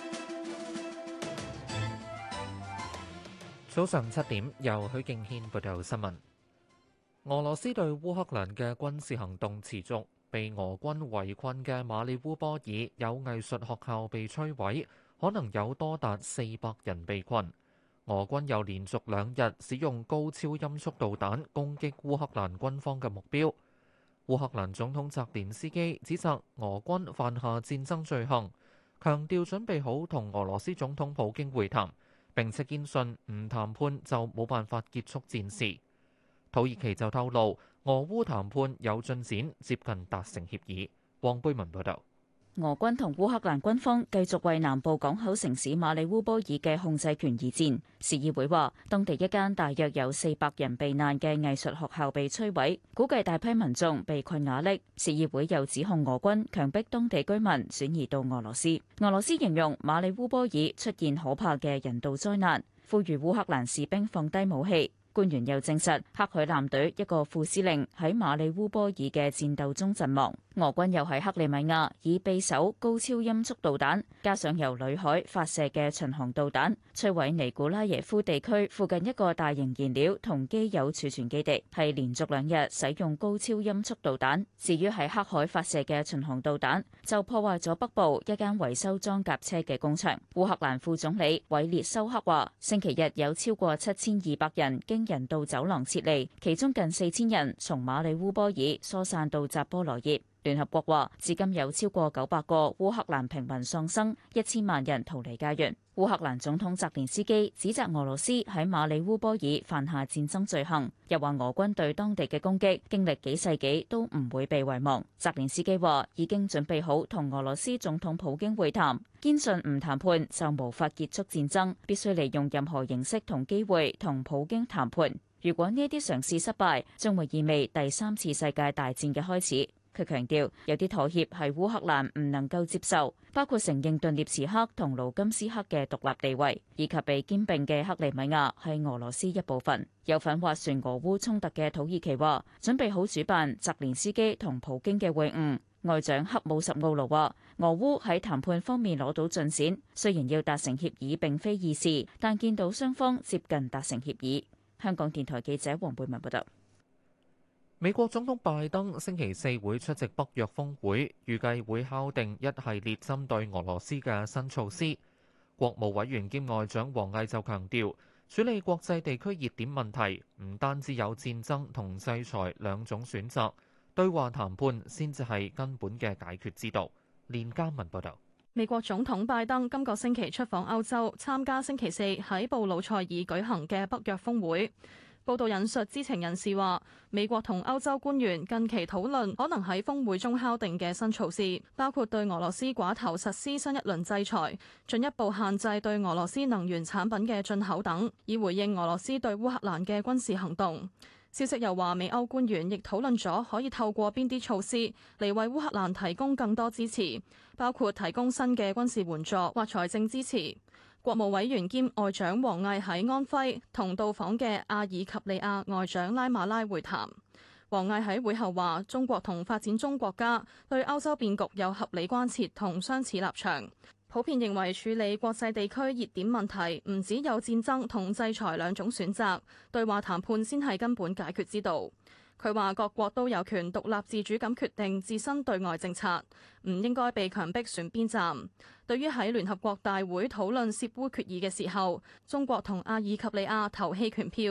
早上七點，由許敬軒報道新聞。俄羅斯對烏克蘭嘅軍事行動持續，被俄軍圍困嘅馬里烏波爾有藝術學校被摧毀，可能有多達四百人被困。俄軍又連續兩日使用高超音速導彈攻擊烏克蘭軍方嘅目標。烏克蘭總統澤連斯基指責俄軍犯下戰爭罪行，強調準備好同俄羅斯總統普京會談，並且堅信唔談判就冇辦法結束戰事。土耳其就透露，俄烏談判有進展，接近達成協議。黃貝文報導。 俄軍同烏克蘭軍方繼續為南部港口城市馬里烏波爾嘅控制權而戰。市議會話，當地一間大約有四百人避難嘅藝術學校被摧毀，估計大批民眾被困瓦礫。市議會又指控俄軍強迫當地居民轉移到俄羅斯。俄羅斯形容馬里烏波爾出現可怕嘅人道災難，呼籲烏克蘭士兵放低武器。官員又證實，黑海艦隊一個副司令喺馬里烏波爾嘅戰鬥中陣亡。俄軍又喺克里米亞以匕首高超音速導彈，加上由裏海發射嘅巡航導彈，摧毀尼古拉耶夫地區附近一個大型燃料同機油儲存基地，係連續兩日使用高超音速導彈。至於喺黑海發射嘅巡航導彈，就破壞咗北部一間維修裝甲車嘅工場。烏克蘭副總理韋列修克話，星期日有超過七千二百人經人道走廊撤離，其中近四千人從馬里烏波爾疏散到扎波羅熱。聯合國話，至今有超過九百個烏克蘭平民喪生，一千萬人逃離家園。烏克蘭總統澤連斯基指責俄羅斯喺馬里烏波爾犯下戰爭罪行，又話俄軍對當地嘅攻擊經歷幾世紀都唔會被遺忘。澤連斯基話已經準備好同俄羅斯總統普京會談，堅信唔談判就無法結束戰爭，必須利用任何形式同機會同普京談判。如果呢啲嘗試失敗，將會意味第三次世界大戰嘅開始。佢強調，有啲妥協係烏克蘭唔能夠接受，包括承認頓涅茨克同盧甘斯克嘅獨立地位，以及被兼併嘅克里米亞係俄羅斯一部分。有份斡旋俄烏衝突嘅土耳其話，準備好主辦澤連斯基同普京嘅會晤。外長克武什奧盧話，俄烏喺談判方面攞到進展，雖然要達成協議並非易事，但見到雙方接近達成協議。香港電台記者黃貝文報道。 美國總統拜登星期四會出席北約峰會，預計會敲定一系列針對俄羅斯嘅新措施。國務委員兼外長王毅就強調，處理國際地區熱點問題唔單止有戰爭同制裁兩種選擇，對話談判先至係根本嘅解決之道。連嘉文報道。 美國總統拜登今個星期出訪歐洲，參加星期四喺布魯塞爾舉行嘅北約峰會。報道引述知情人士話，美國同歐洲官員近期討論可能喺峰會中敲定嘅新措施，包括對俄羅斯寡頭實施新一輪制裁，進一步限制對俄羅斯能源產品嘅進口等，以回應俄羅斯對烏克蘭嘅軍事行動。消息又話，美歐官員亦討論咗可以透過邊啲措施嚟為烏克蘭提供更多支持，包括提供新嘅軍事援助或財政支持。國務委員兼外長王毅喺安徽同到訪嘅阿爾及利亞外長拉馬拉會談。王毅喺會後話，中國同發展中國家對歐洲變局有合理關切同相似立場，普遍認為處理國際地區熱點問題唔只有戰爭同制裁兩種選擇，對話談判先係根本解決之道。佢話各國都有權獨立自主咁決定自身對外政策，唔應該被強迫選邊站。對於喺聯合國大會討論涉烏決議嘅時候，中國同阿爾及利亞投棄權票，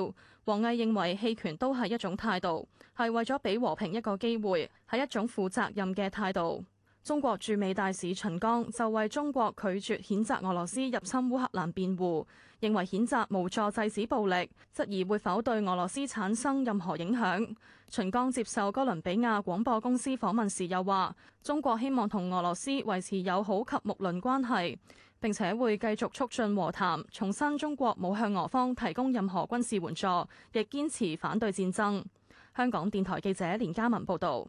王毅認為棄權都係一種態度，係為咗俾和平一個機會，係一種負責任嘅態度。中國駐美大使秦剛就為中國拒絕譴責俄羅斯入侵烏克蘭辯護，認為譴責無助制止暴力，質疑會否對俄羅斯產生任何影響。秦剛接受哥倫比亞廣播公司訪問時又話，中國希望同俄羅斯維持友好及睦鄰關係，並且會繼續促進和談，重申中國冇向俄方提供任何軍事援助，亦堅持反對戰爭。香港電台記者連嘉文報導。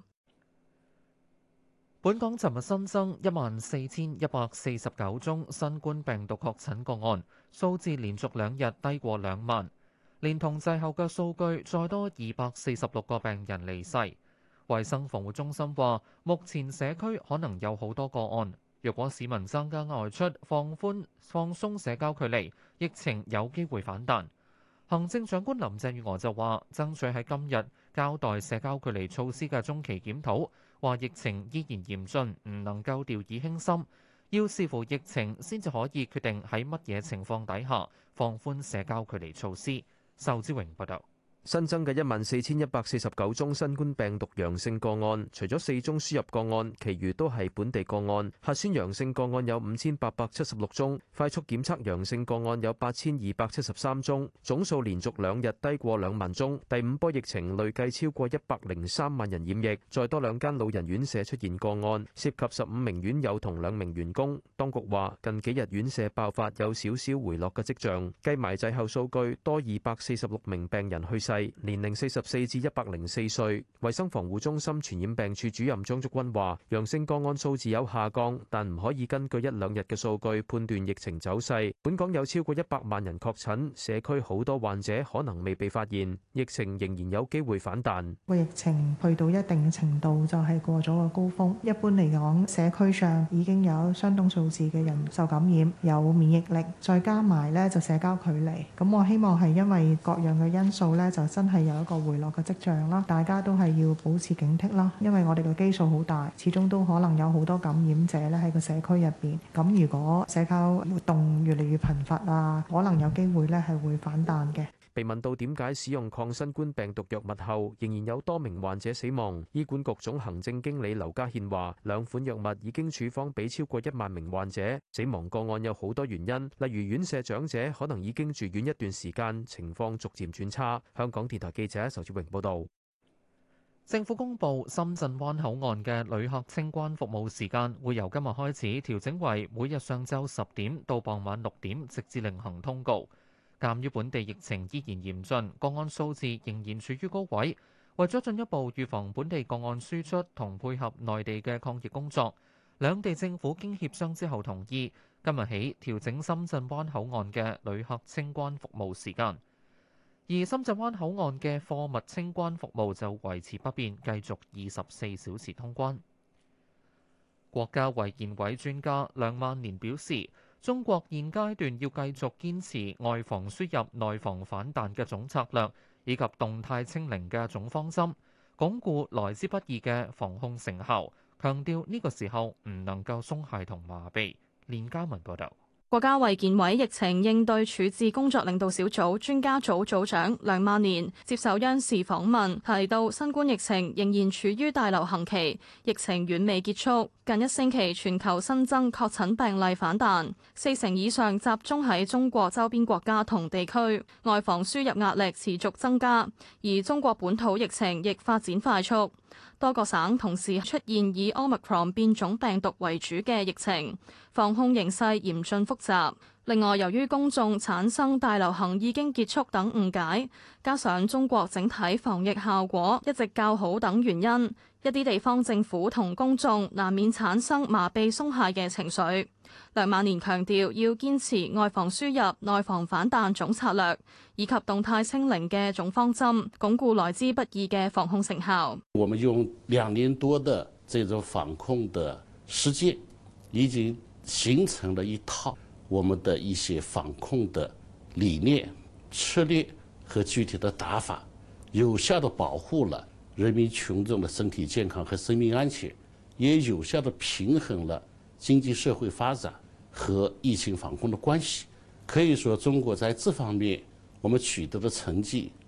本港尋日新增一萬四千一百四十九宗新冠病毒確診個案，數字連續兩日低過兩萬。連同滯後嘅數據，再多二百四十六個病人離世。衛生防護中心話，目前社區可能有好多個案，若果市民增加外出、放寬放鬆社交距離，疫情有機會反彈。行政長官林鄭月娥就話，爭取喺今日交代社交距離措施嘅中期檢討，話疫情依然嚴峻，唔能夠掉以輕心，要視乎疫情先至可以決定喺乜嘢情況底下放寬社交距離措施。仇志榮報道。 新增嘅一萬四千一百四十九宗新冠病毒陽性個案，除咗四宗輸入個案，其餘都係本地個案。核酸陽性個案有五千八百七十六宗，快速檢測陽性個案有八千二百七十三宗，總數連續兩日低過兩萬宗。第五波疫情累計超過一百零三萬人染疫，再多兩間老人院舍出現個案，涉及十五名院友同兩名員工。當局話近幾日院舍爆發有少少回落嘅跡象，計埋滯後數據，多二百四十六名病人去世，年齡四十四至一百零四歲。衛生防護中心傳染病處主任張竹君話，陽性個案數字有下降，但唔可以根據一兩日嘅數據判斷疫情走勢。本港有超過一百萬人確診，社區好多患者可能未被發現，疫情仍然有機會反彈。 個疫情去到一定程度就係過咗個高峰，一般嚟講社區上已經有相當數字嘅人受感染，有免疫力，再加埋咧就社交距離。咁我希望係因為各樣嘅因素咧，就真係有一個回落嘅跡象啦，大家都係要保持警惕啦，因為我哋嘅基數好大，始終都可能有好多感染者咧喺個社區入邊。咁如果社交活動越嚟越頻繁啊，可能有機會咧係會反彈嘅。 被問到點解使用抗新冠病毒藥物後仍然有多名患者死亡，醫管局總行政經理劉家憲話：兩款藥物已經處方俾超過一萬名患者，死亡個案有好多原因，例如院舍長者可能已經住院一段時間，情況逐漸轉差。香港電台記者仇志榮報導。 政府公布深圳灣口岸嘅旅客清關服務時間會由今日開始調整為每日上晝十點到傍晚六點，直至另行通告。鑑於本地疫情依然嚴峻，個案數字仍然處於高位，為咗進一步預防本地個案輸出同配合內地嘅抗疫工作，兩地政府經協商之後同意，今日起調整深圳灣口岸嘅旅客清關服務時間，而深圳灣口岸嘅貨物清關服務就維持不變，繼續二十四小時通關。國家衛健委專家梁萬年表示，中國現階段要繼續堅持外防輸入、內防反彈嘅總策略，以及動態清零嘅總方針，鞏固來之不易嘅防控成效。強調呢個時候唔能夠鬆懈同麻痹。連家文報道。 國家衛健委疫情應對處置工作領導小組專家組組長梁萬年接受央視訪問，提到新冠疫情仍然處於大流行期，疫情遠未結束。近一星期全球新增確診病例反彈，四成以上集中喺中國周邊國家同地區，外防輸入壓力持續增加，而中國本土疫情亦發展快速。多個省同時出現以 Omicron 變種病毒為主嘅疫情，防控形勢嚴峻複雜。另外，由於公眾產生大流行已經結束等誤解，加上中國整體防疫效果一直較好等原因，一啲地方政府同公眾難免產生麻痹鬆懈嘅情緒。梁萬年強調要堅持外防輸入、內防反彈總策略，以及動態清零嘅總方針，鞏固來之不易嘅防控成效。 我們用兩年多的這種防控的實踐，已經形成了一套我們的一些防控的理念、策略和具體的打法，有效地保護了人民群眾的身體健康和生命安全，也有效地平衡了經濟社會發展和疫情防控的關係。可以說，中國在這方面我們取得的成績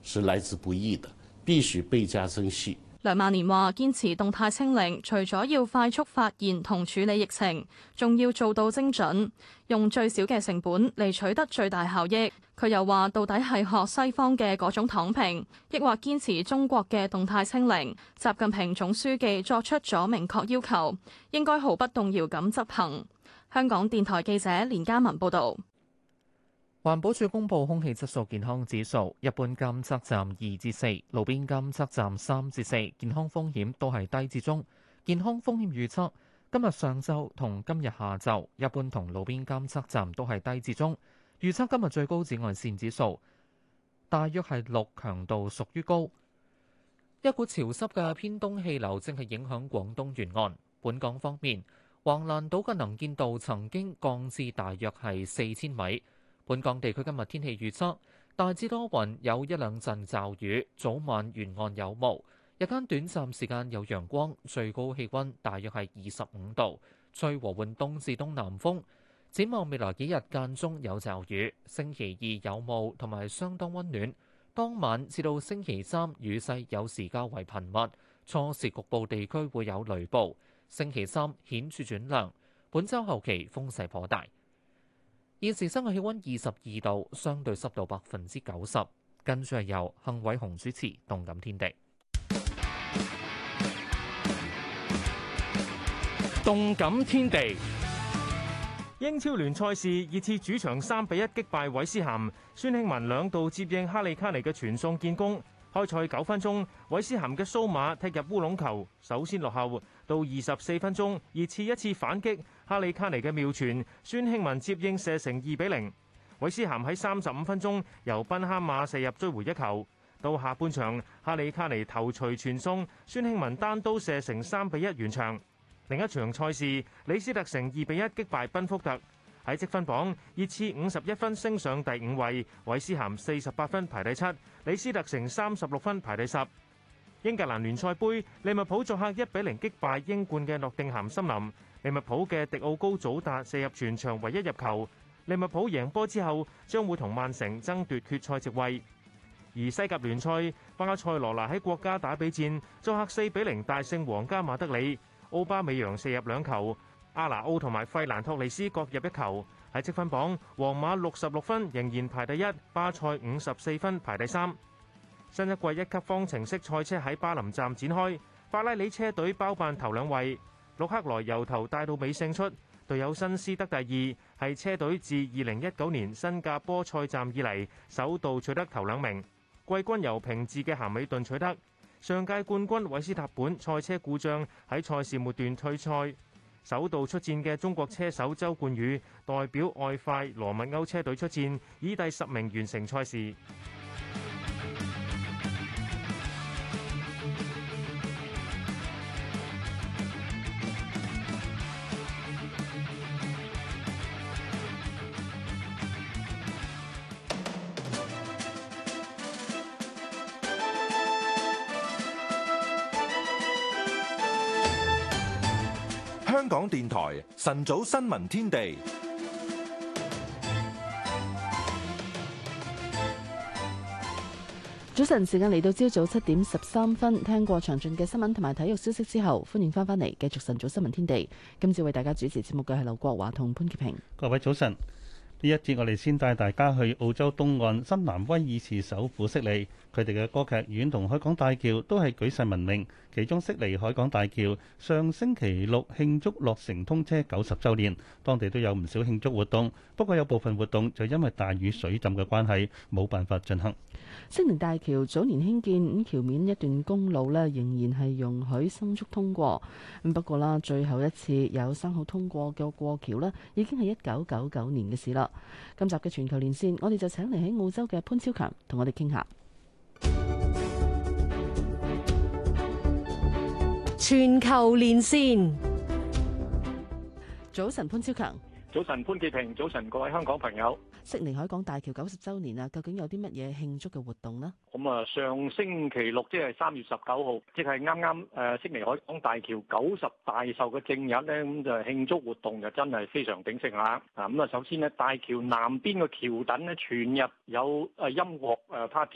是來之不易的，必須倍加珍惜。 梁萬年話：堅持動態清零，除咗要快速發現同處理疫情，仲要做到精準，用最少嘅成本嚟取得最大效益。佢又話：到底係學西方嘅嗰種躺平，抑或堅持中國嘅動態清零？習近平總書記作出咗明確要求，應該毫不動搖咁執行。香港電台記者連嘉文報導。 環保署公布空氣質素健康指數，一般監測站二至四，路邊監測站三至四，健康風險都係低至中。健康風險預測今日上晝同今日下晝，一般同路邊監測站都係低至中。預測今日最高紫外線指數大約係六，強度屬於高。一股潮濕嘅偏東氣流正係影響廣東沿岸。本港方面，橫瀾島嘅能見度曾經降至大約係四千米。本港地區今日天氣預測大致多雲，有一兩陣驟雨，早晚沿岸有霧，日間短暫時間有陽光，最高氣温大約係二十五度，吹和緩東至東南風。展望未來幾日間中有驟雨，星期二有霧同埋相當温暖，當晚至到星期三雨勢有時較為頻密，初時局部地區會有雷暴。星期三顯著轉涼，本週後期風勢頗大。現時室外氣温二十二度，相對濕度百分之九十。跟住係由幸偉雄主持《動感天地》。 動感天地，英超聯賽事，熱刺主場三比一擊敗韋斯咸，孫興文兩度接應哈利卡尼嘅傳送建功。開賽九分鐘，韋斯咸嘅蘇馬踢入烏龍球，首先落後。到二十四分鐘，熱刺一次反擊，哈利卡尼嘅妙傳，孫興文接應射成二比零。韋斯咸喺三十五分鐘由賓哈馬射入追回一球。到下半場，哈利卡尼頭槌傳送，孫興文單刀射成三比一完場。另一場賽事，李斯特城二比一擊敗賓福特。喺積分榜，熱刺五十一分升上第五位，韋斯咸四十八分排第七，李斯特城三十六分排第十。英格蘭聯賽盃，利物浦作客一比零擊敗英冠嘅諾定咸森林。利物浦嘅迪奧高祖達射入全場唯一入球。利物浦贏波之後，將會同曼城爭奪決賽席位。而西甲聯賽，巴塞羅那喺國家打比戰作客四比零大勝皇家馬德里。奧巴美揚射入兩球，阿拿奧同埋費蘭托利斯各入一球。喺積分榜，皇馬六十六分仍然排第一，巴塞五十四分排第三。新一季一級方程式賽車喺巴林站展開，法拉利車隊包辦頭兩位，魯克萊由頭帶到尾勝出，隊友辛斯得第二，係車隊自二零一九年新加坡賽站以嚟首度取得頭兩名。季軍由平治嘅咸美頓取得。上屆冠軍韋斯塔本賽車故障喺賽事末段退賽，首度出戰嘅中國車手周冠宇代表愛快羅密歐車隊出戰，以第十名完成賽事。 香港電台晨早新聞天地， 早晨時間嚟到朝早七點十三分，聽過詳盡嘅新聞同埋體育消息之後，歡迎翻返嚟繼續晨早新聞天地。今次為大家主持節目嘅係劉國華同潘潔平。 各位早晨，呢一節我哋先帶大家去澳洲東岸新南威爾士首府悉尼，佢哋嘅歌劇院同海港大橋都係舉世聞名。其中悉尼海港大橋上星期六慶祝落成通車九十週年，當地都有唔少慶祝活動，不過有部分活動就因為大雨水浸嘅關係冇辦法進行。 悉尼大橋早年興建，咁橋面一段公路呢仍然係容許牲畜通過，咁不過啦，最後一次有生蠔通過嘅過橋呢已經係一九九九年嘅事啦。今集嘅全球連線，我哋就請嚟喺澳洲嘅潘超強同我哋傾下。 全球連線， 早晨潘超強， 早晨潘潔平，早晨各位香港朋友。 悉尼海港大橋九十週年啊，究竟有啲乜嘢慶祝嘅活動呢？ 咁啊，上星期六即係三月十九號，即係啱啱誒悉尼海港大橋九十大壽嘅正日咧，咁就慶祝活動就真係非常鼎盛啦。啊，咁啊，首先咧，大橋南邊嘅橋墩咧，全日有誒音樂誒 party。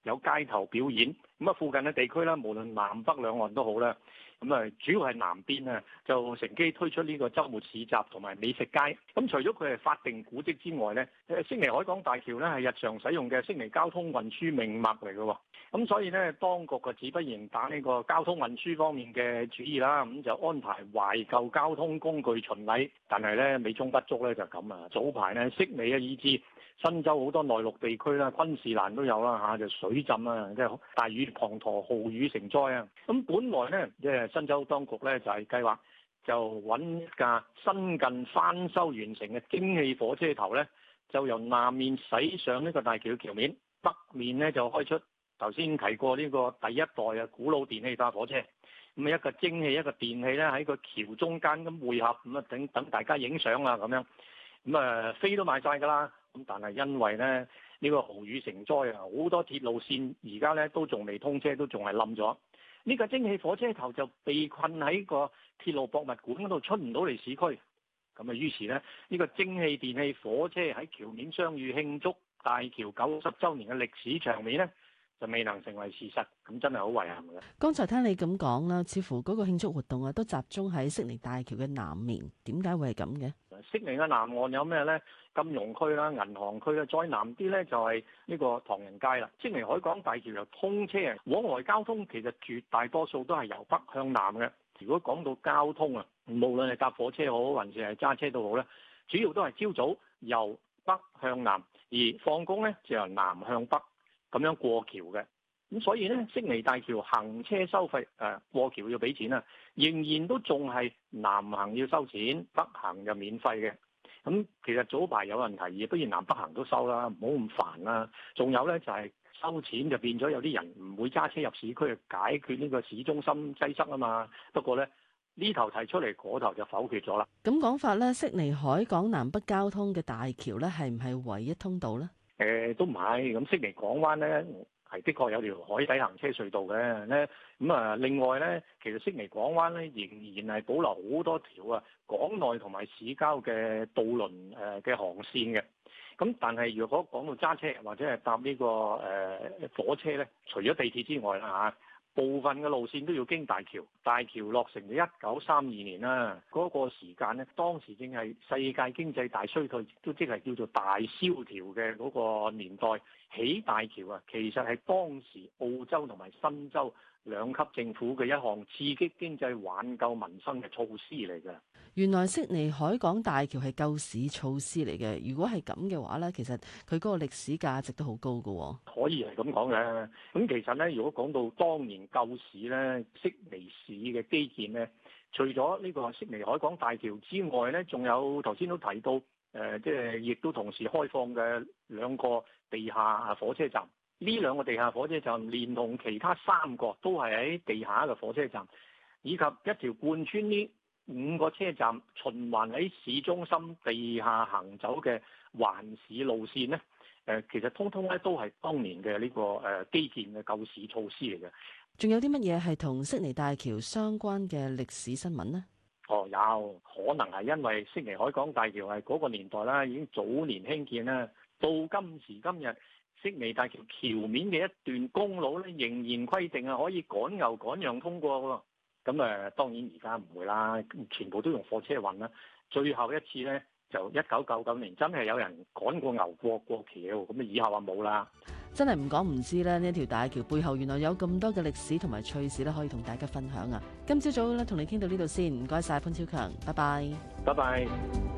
有街頭表演。咁啊，附近嘅地區啦，無論南北兩岸都好啦。咁啊，主要係南邊啊，就乘機推出呢個週末市集同埋美食街。咁除咗佢係法定古蹟之外咧，誒悉尼海港大橋咧係日常使用嘅悉尼交通運輸命脈嚟嘅喎。咁所以咧，當局嘅自不然打呢個交通運輸方面嘅主意啦，咁就安排懷舊交通工具巡禮。但係咧，美中不足咧就咁啊！早排咧，悉尼嘅以至新州好多內陸地區啦，昆士蘭都有啦嚇，就水浸啊，即係大雨滂沱，豪雨成災啊！咁本來咧，即係新州當局咧就係計劃就揾一架新近翻修完成嘅蒸汽火車頭咧，就由南面駛上呢個大橋橋面，北面咧就開出頭先提過呢個第一代嘅古老電氣化火車。咁一個蒸汽一個電氣咧喺個橋中間咁匯合，咁啊等等大家影相啊咁樣，咁啊飛都賣晒㗎啦。咁但係因為咧呢個豪雨成災啊，好多鐵路線而家咧都仲未通車，都仲係冧咗。呢個蒸汽火車頭就被困喺個鐵路博物館嗰度，出唔到嚟市區。咁啊於是咧呢個蒸汽電氣火車喺橋面相遇慶祝大橋九十週年嘅歷史場面咧，就未能成為事實，咁真係好遺憾嘅。 剛才聽你咁講啦，似乎嗰個慶祝活動啊，都集中喺悉尼大橋嘅南面，點解會係咁嘅？ 悉尼嘅南岸有咩呢？金融區啦、銀行區啦，再南啲呢，就係呢個唐人街啦。悉尼海港大橋又通車，往來交通其實絕大多數都係由北向南嘅。如果講到交通啊，無論係搭火車好，還是係揸車都好咧，主要都係朝早由北向南，而放工呢，就由南向北。咁樣過橋嘅，咁所以呢，悉尼大橋行車收費誒、呃、過橋要俾錢啊，仍然都仲係南行要收錢，北行就免費嘅。咁其實早排有人提議，不如南北行都收啦，唔好咁煩啦。仲有呢，就係、是、收錢就變咗有啲人唔會揸車入市區去解決呢個市中心擠塞啊嘛。不過呢，呢頭提出嚟，嗰頭就否決咗啦。 咁講法呢，悉尼海港南北交通嘅大橋呢，係唔係唯一通道呢？ 誒、呃、都唔係，咁悉尼港灣咧係的確有條海底行車隧道嘅咧，咁啊另外咧，其實悉尼港灣咧仍然係保留好多條啊港內同埋市交嘅渡輪誒嘅航線嘅，咁但係如果講到揸車或者係搭呢、這個誒、呃、火車咧，除咗地鐵之外啦嚇。部分嘅路線都要經大橋，大橋落成就一九三二年啦。嗰、那個時間呢，當時正係世界經濟大衰退，都即係叫做大蕭條嘅嗰個年代。起大橋啊，其實係當時澳洲同埋新州兩級政府嘅一項刺激經濟、挽救民生嘅措施嚟嘅。 原來悉尼海港大橋係救市措施嚟嘅。如果係咁嘅話呢，其實佢嗰個歷史價值都好高㗎。 可以係咁講嘅。咁其實呢，如果講到當年救市呢，悉尼市嘅基建呢，除咗呢個悉尼海港大橋之外呢，仲有頭先都提到，誒、呃，即係亦都同時開放嘅兩個地下火車站。呢兩個地下火車站連同其他三個都係喺地下嘅火車站，以及一條貫穿呢五個車站循環喺市中心地下行走嘅環市路線呢，誒，其實通通咧都係當年嘅呢個誒基建嘅救市措施嚟嘅。 仲有啲乜嘢係同悉尼大橋相關嘅歷史新聞呢？ 哦，有可能係因為悉尼海港大橋係嗰個年代啦，已經早年興建啦，到今時今日，悉尼大橋橋面嘅一段公路咧，仍然規定啊可以趕牛趕羊通過喎。咁誒當然而家唔會啦，全部都用貨車運啦。最後一次呢，就一九九九年真係有人趕過牛過過橋，咁啊以後啊冇啦。 真係唔講唔知咧，呢條大橋背後原來有咁多嘅歷史同埋趣事咧，可以同大家分享啊！今朝早咧同你傾到呢度先，唔該晒潘超強，拜拜， 拜拜。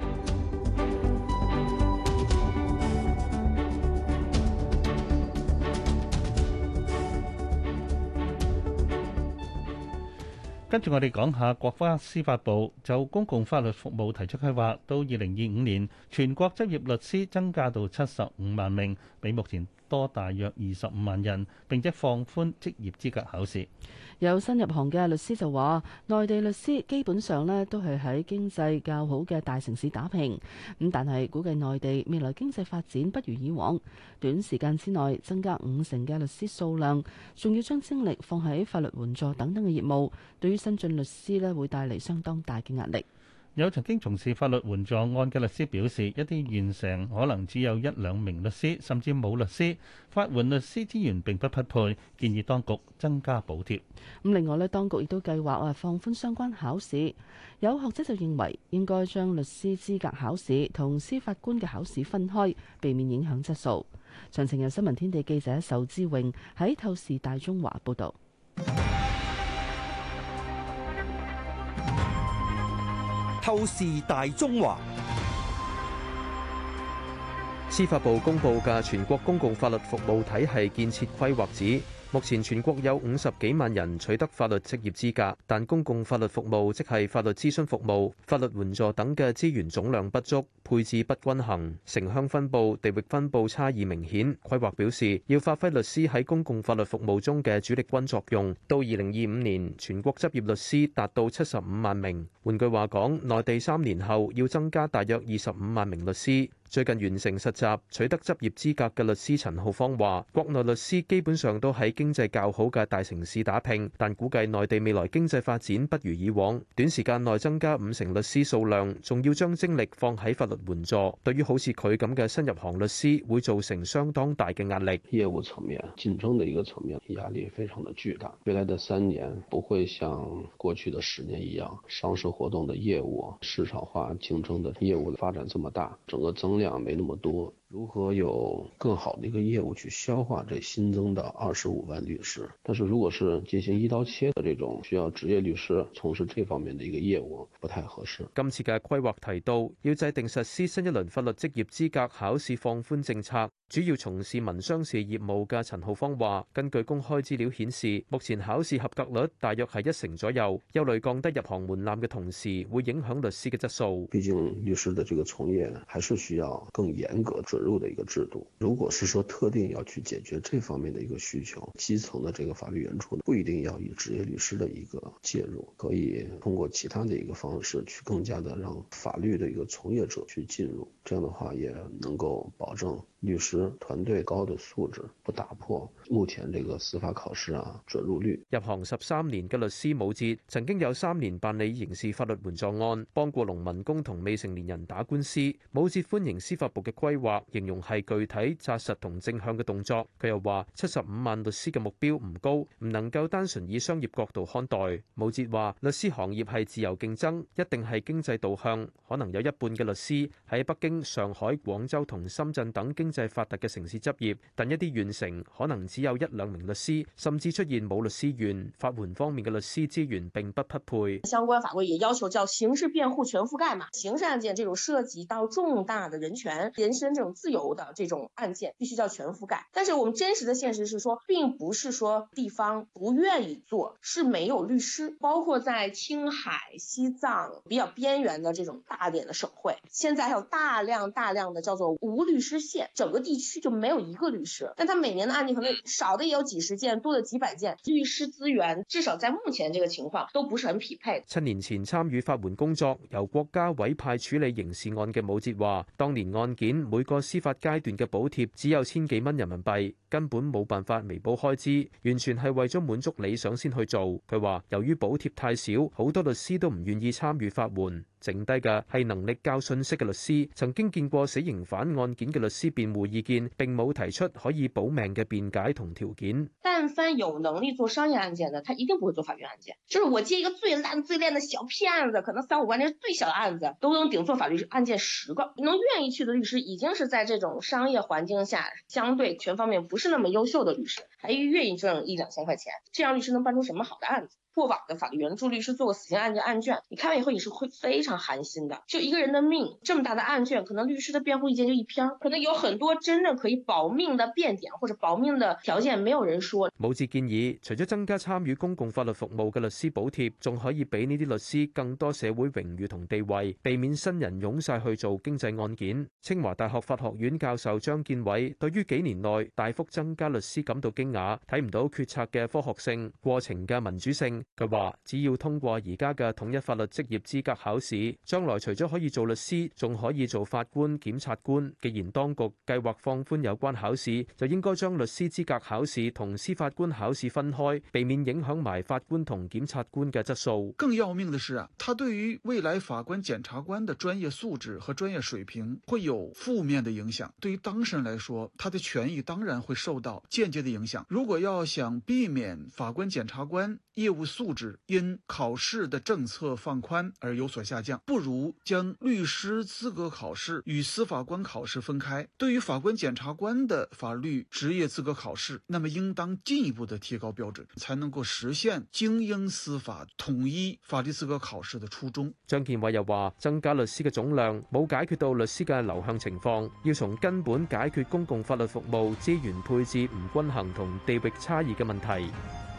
跟住我哋講下國家司法部就公共法律服務提出計劃，到二零二五年全國執業律師增加到七十五萬名，比目前多大約二十五萬人，並且放寬職業資格考試。 有新入行嘅律師就話，內地律師基本上咧都係喺經濟較好嘅大城市打拼，咁但係估計內地未來經濟發展不如以往，短時間之內增加五成嘅律師數量，仲要將精力放喺法律援助等等嘅業務，對於新進律師咧會帶嚟相當大嘅壓力。 有曾經從事法律援助案嘅律師表示，一啲縣城可能只有一兩名律師，甚至冇律師，法援律師資源並不匹配，建議當局增加補貼。 咁另外咧，當局亦都計劃啊放寬相關考試。有學者就認為應該將律師資格考試同司法官嘅考試分開，避免影響質素。詳情由新聞天地記者仇之榮喺透視大中華報導。 透視大中華。 司法部公布嘅全國公共法律服務體系建設規劃指，目前全國有五十幾萬人取得法律職業資格，但公共法律服務即係法律諮詢服務、法律援助等嘅資源總量不足，配置不均衡，城鄉分佈、地域分佈差異明顯。規劃表示，要發揮律師喺公共法律服務中嘅主力軍作用。到二零二五年，全國執業律師達到七十五萬名。換句話講，內地三年後要增加大約二十五萬名律師。最近完成實習取得執業資格嘅律師陳浩芳話，國內律師基本上都喺經濟較好嘅大城市打拼，但估計內地未來經濟發展不如以往，短時間內增加五成律師數量，仲要將精力放喺法律援助。對於好似佢咁嘅新入行律師，會造成相當大嘅壓力。 業務層面、競爭的一個層面，壓力非常的巨大。未來的三年不會像過去的十年一樣，上市活動的業務、市場化競爭的業務發展這麼大，整個增量沒那麼多，如何有更好的一個業務去消化這新增的二十五萬律師？但是如果是進行一刀切的這種需要職業律師從事這方面的一個業務，不太合適。 今次嘅規劃提到，要制定實施新一輪法律職業資格考試放寬政策。主要從事民商事業務嘅陳浩芳話，根據公開資料顯示，目前考試合格率大約係一成左右，憂慮降低入行門檻嘅同時，會影響律師嘅質素。 畢竟律師的這個從業呢，還是需要更嚴格準入的一個制度。如果是說特定要去解決這方面的一個需求，基層的這個法律援助呢，不一定要以職業律師的一個介入，可以通過其他的一個方式去更加的讓法律的一個從業者去進入，這樣的話也能夠保證律師團隊高的素質，不打破目前這個司法考試啊准入率。 入行十三年嘅律師武哲，曾經有三年辦理刑事法律援助案，幫過農民工同未成年人打官司。武哲歡迎司法部嘅規劃，形容係具體紮實同正向嘅動作。佢又話：七十五萬律師嘅目標唔高，唔能夠單純以商業角度看待。武哲話：律師行業係自由競爭，一定係經濟導向，可能有一半嘅律師喺北京、上海、廣州同深圳等經濟發達嘅城市執業，但一啲縣城可能只有一兩名律師，甚至出現冇律師院。法援方面嘅律師資源並不匹配。 相關法規也要求叫刑事辯護全覆蓋嘛，刑事案件這種涉及到重大的人權、人身這種自由的這種案件，必須叫全覆蓋。但是我們真實的現實是說，並不是說地方不願意做，是沒有律師。包括在青海、西藏比較邊緣的這種大點的省會，現在還有大量大量的叫做無律師縣，整個地區就沒有一個律師，但他每年的案件可能少的也有幾十件，多的幾百件，律師資源至少在目前這個情況都不是很匹配。 七年前參與法援工作，由國家委派處理刑事案嘅武哲話，當年案件每個司法階段嘅補貼只有千幾蚊人民幣，根本冇辦法彌補開支，完全係為咗滿足理想先去做。佢話由於補貼太少，好多律師都唔願意參與法援。剩低嘅係能力較遜色嘅律師，曾經見過死刑犯案件嘅律師辯護意見，並冇提出可以保命嘅辯解同條件。 但凡有能力做商業案件的，他一定不會做法律案件。就是我接一個最爛最爛的小騙子，可能三五萬件最小的案子，都能頂做法律案件十個。能願意去的律師，已經是在這種商業環境下，相對全方面不是那麼優秀的律師，還願意掙一兩千塊錢，這樣律師能辦出什麼好的案子？過往的法律援助律師做過死刑案件案卷，你看完以後你是會非常寒心的。就一個人的命，這麼大的案卷，可能律師的辯護意見就一篇，可能有很多真正可以保命的辯點或者保命的條件，沒有人說。 武哲建議，除咗增加參與公共法律服務嘅律師補貼，仲可以俾呢啲律師更多社會榮譽同地位，避免新人湧晒去做經濟案件。清華大學法學院教授張建偉對於幾年內大幅增加律師感到驚訝，睇唔到決策嘅科學性、過程嘅民主性。 證。佢話：只要通過而家嘅統一法律職業資格考試，將來除咗可以做律師，仲可以做法官、檢察官。既然當局計劃放寬有關考試，就應該將律師資格考試同司法官考試分開，避免影響埋法官同檢察官嘅質素。 更要命的是啊，它對於未來法官、檢察官的專業素質和專業水平會有負面的影響。對於當事人來說，他的權益當然會受到間接的影響。如果要想避免法官、檢察官業務素質因考試的政策放寬而有所下降，不如將律師資格考試與司法官考試分開。對於法官、檢察官的法律職業資格考試，那麼應當進一步的提高標準，才能夠實現精英司法統一法律資格考試的初衷。 張建偉又話：增加律師嘅總量冇解決到律師嘅流向情況，要從根本解決公共法律服務資源配置唔均衡同地域差異嘅問題。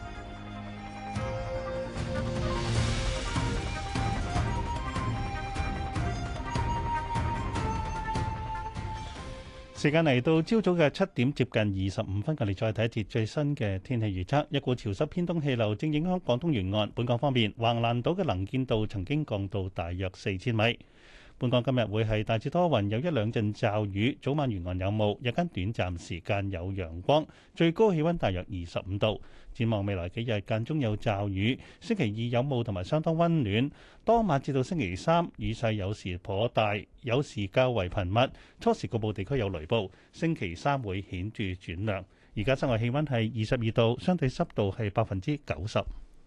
時間嚟到朝早嘅七點接近二十五分，我哋再睇一節最新嘅天氣預測。一股潮濕偏東氣流正影響廣東沿岸。本港方面，橫瀾島嘅能見度曾經降到大約四千米。本港今日會係大致多雲，有一兩陣驟雨，早晚沿岸有霧，日間短暫時間有陽光，最高氣溫大約二十五度。展望未來幾日間中有驟雨，星期二有霧同埋相當溫暖，當晚至到星期三雨勢有時頗大，有時較為頻密，初時局部地區有雷暴。星期三會顯著轉涼。而家室外氣溫係二十二度，相對濕度係百分之九十。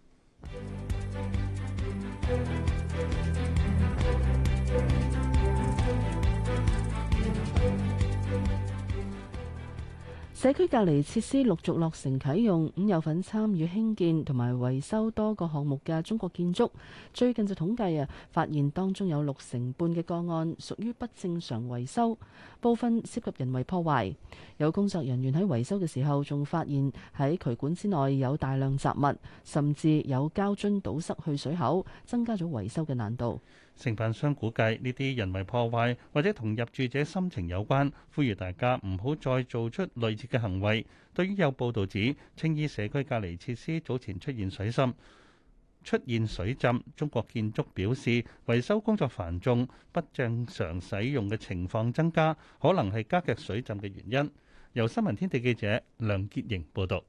社區隔離設施陸續落成啟用，咁有份參與興建同埋維修多個項目嘅中國建築，最近就統計啊，發現當中有六成半嘅個案屬於不正常維修，部分涉及人為破壞。有工作人員喺維修嘅時候，仲發現喺渠管之內有大量雜物，甚至有膠樽堵塞去水口，增加咗維修嘅難度。 承辦商估計呢啲人為破壞或者同入住者心情有關，呼籲大家唔好再做出類似嘅行為。對於有報導指青衣社區隔離設施早前出現水浸，出現水浸，中國建築表示維修工作繁重，不正常使用嘅情況增加，可能係加劇水浸嘅原因。由新聞天地記者梁潔瑩報導。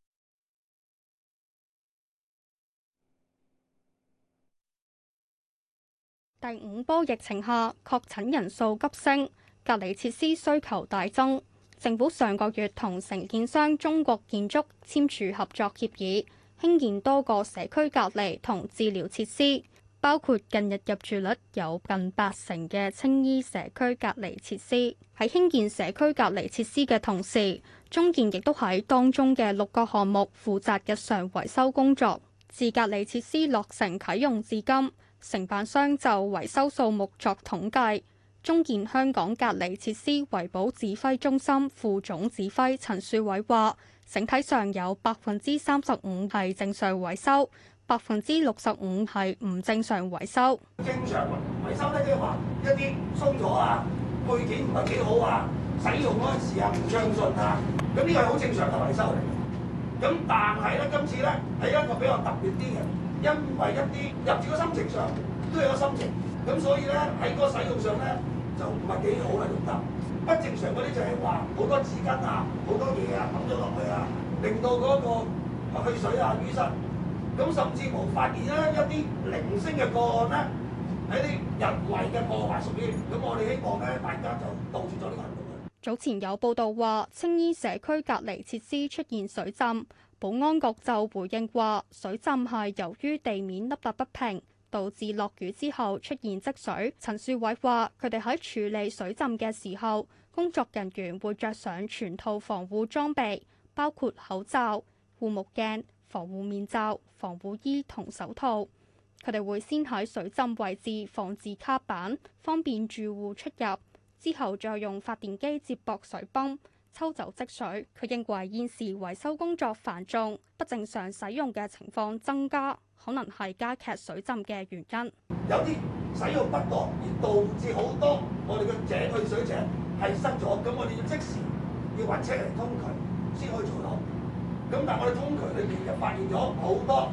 第五波疫情下，確診人數急升，隔離設施需求大增。政府上個月同承建商中國建築簽署合作協議，興建多個社區隔離同治療設施，包括近日入住率有近八成嘅青衣社區隔離設施。喺興建社區隔離設施嘅同時，中建亦都喺當中嘅六個項目負責日常維修工作。自隔離設施落成啟用至今，承辦商就維修數目作統計。中建香港隔離設施維保指揮中心副總指揮陳樹偉話，整體上有百分之三十五係正常維修，百分之六十五係唔正常維修。 正常維修咧，即係話一啲鬆咗啊，配件唔係幾好啊，使用嗰陣時啊唔暢順啊，咁呢個係好正常嘅維修嚟。咁但係咧，今次咧係一個比較特別啲嘅，因為一啲入住嘅心情上都有個心情，咁所以咧喺個使用上咧就唔係幾好啦，用得不正常嗰啲就係話好多紙巾啊、好多嘢啊抌咗落去啊，令到嗰個去水啊淤塞，咁甚至乎發現咧一啲零星嘅個案咧喺啲人為嘅破壞屬於，咁我哋希望咧大家就杜絕咗呢個行動。 早前有報道話，青衣社區隔離設施出現水浸，保安局就回應話，水浸係由於地面凹凸不平，導致落雨之後出現積水。陳樹偉話，佢哋喺處理水浸嘅時候，工作人員會着上全套防護裝備，包括口罩、護目鏡、防護面罩、防護衣同手套。佢哋會先喺水浸位置放置卡板，方便住戶出入。之後再用發電機接駁水泵抽走積水。佢認為現時維修工作繁重，不正常使用嘅情況增加，可能係加劇水浸嘅原因。 有啲使用不當而導致好多我哋嘅井去水井係塞咗，咁我哋要即時要揾車嚟通渠先可以做到。咁但係我哋通渠裏邊就發現咗好多水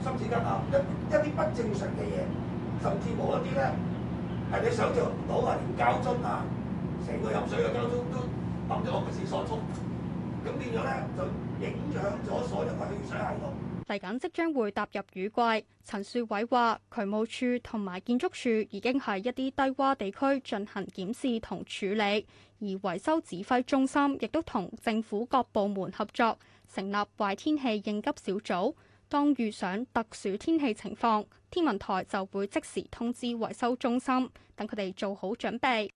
心紙巾啊，一一啲不正常嘅嘢，甚至冇一啲咧係你想象唔到啊，連膠樽啊，成個飲水嘅膠樽都抌咗落個廁所沖，咁變咗咧就影響咗所有嘅去水系統。 嚟緊即將會踏入雨季，陳樹偉話渠務處同埋建築署已經喺一啲低洼地區進行檢視同處理，而維修指揮中心亦都同政府各部門合作，成立壞天氣應急小組。當遇上特殊天氣情況，天文台就會即時通知維修中心，等佢哋做好準備。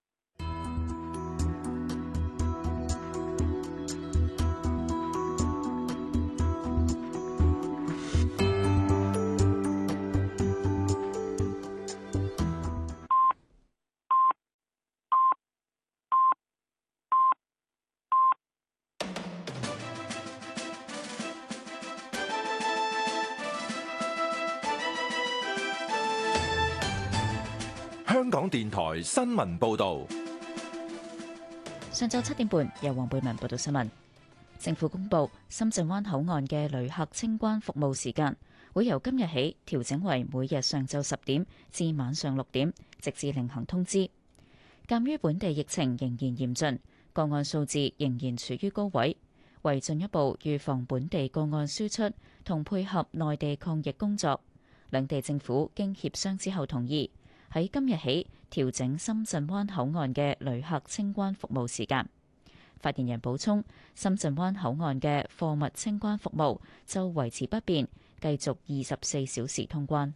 香港電台新聞報導， 上晝七點半，由黃貝文報道新聞。政府公布深圳灣口岸嘅旅客清關服務時間會由今日起調整為每日上晝十點至晚上六點，直至另行通知。鑑於本地疫情仍然嚴峻，個案數字仍然處於高位，為進一步預防本地個案輸出同配合內地抗疫工作，兩地政府經協商之後同意，喺今日起調整深圳灣口岸嘅旅客清關服務時間。發言人補充，深圳灣口岸嘅貨物清關服務就維持不變，繼續二十四小時通關。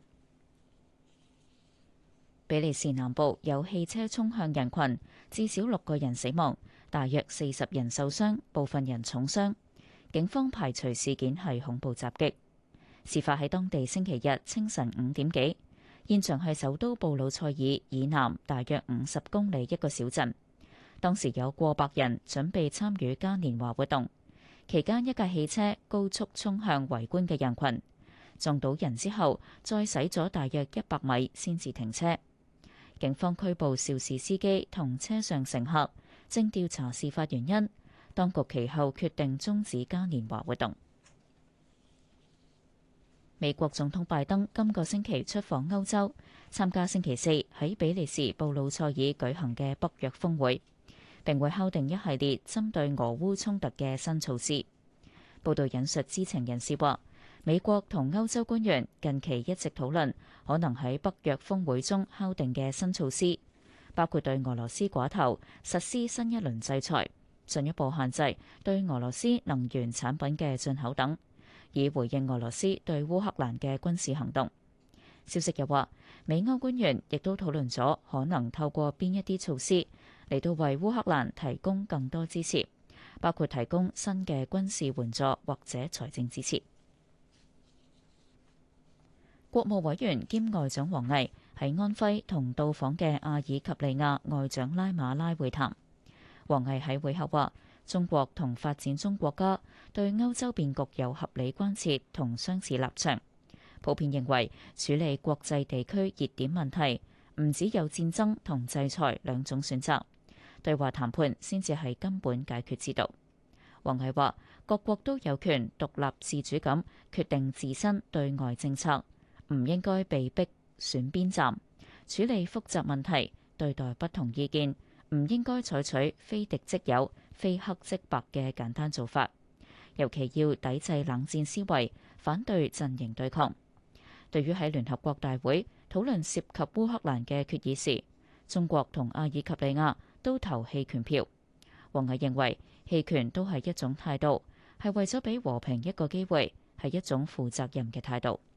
比利時南部有汽車衝向人群，至少六個人死亡，大約四十人受傷，部分人重傷。警方排除事件係恐怖襲擊。事發喺當地星期日清晨五點幾。現場係首都布魯塞爾以南大約五十公里一個小鎮，當時有過百人準備參與嘉年華活動，期間一架汽車高速衝向圍觀嘅人群，撞到人之後再駛咗大約一百米先至停車。警方拘捕肇事司機同車上乘客，正調查事發原因。當局其後決定終止嘉年華活動。美國總統拜登今個星期出訪歐洲，參加星期四喺比利時布魯塞爾舉行嘅北約峰會，並會敲定一系列針對俄烏衝突嘅新措施。報道引述知情人士話，美國同歐洲官員近期一直討論可能喺北約峰會中敲定嘅新措施，包括對俄羅斯寡頭實施新一輪制裁，進一步限制對俄羅斯能源產品嘅進口等，以回應俄羅斯對烏克蘭嘅軍事行動。消息又話，美歐官員亦都討論咗可能透過邊一啲措施嚟到為烏克蘭提供更多支持，包括提供新嘅軍事援助或者財政支持。國務委員兼外長王毅喺安徽同到訪嘅阿爾及利亞外長拉馬拉會談。王毅喺會後話，中國同發展中國家對歐洲變局有合理關切同相似立場，普遍認為處理國際地區熱點問題唔只有戰爭同制裁兩種選擇，對話談判先至係根本解決之道。王毅話，各國都有權獨立自主咁決定自身對外政策，唔應該被逼選邊站，處理複雜問題，對待不同意見，唔應該採取非敵即友、非黑即白嘅簡單做法，尤其要抵制冷戰思維，反對陣營對抗。對於喺聯合國大會討論涉及烏克蘭嘅決議時，中國同阿爾及利亞都投棄權票。王毅認為棄權都係一種態度，係為咗俾和平一個機會，係一種負責任嘅態度。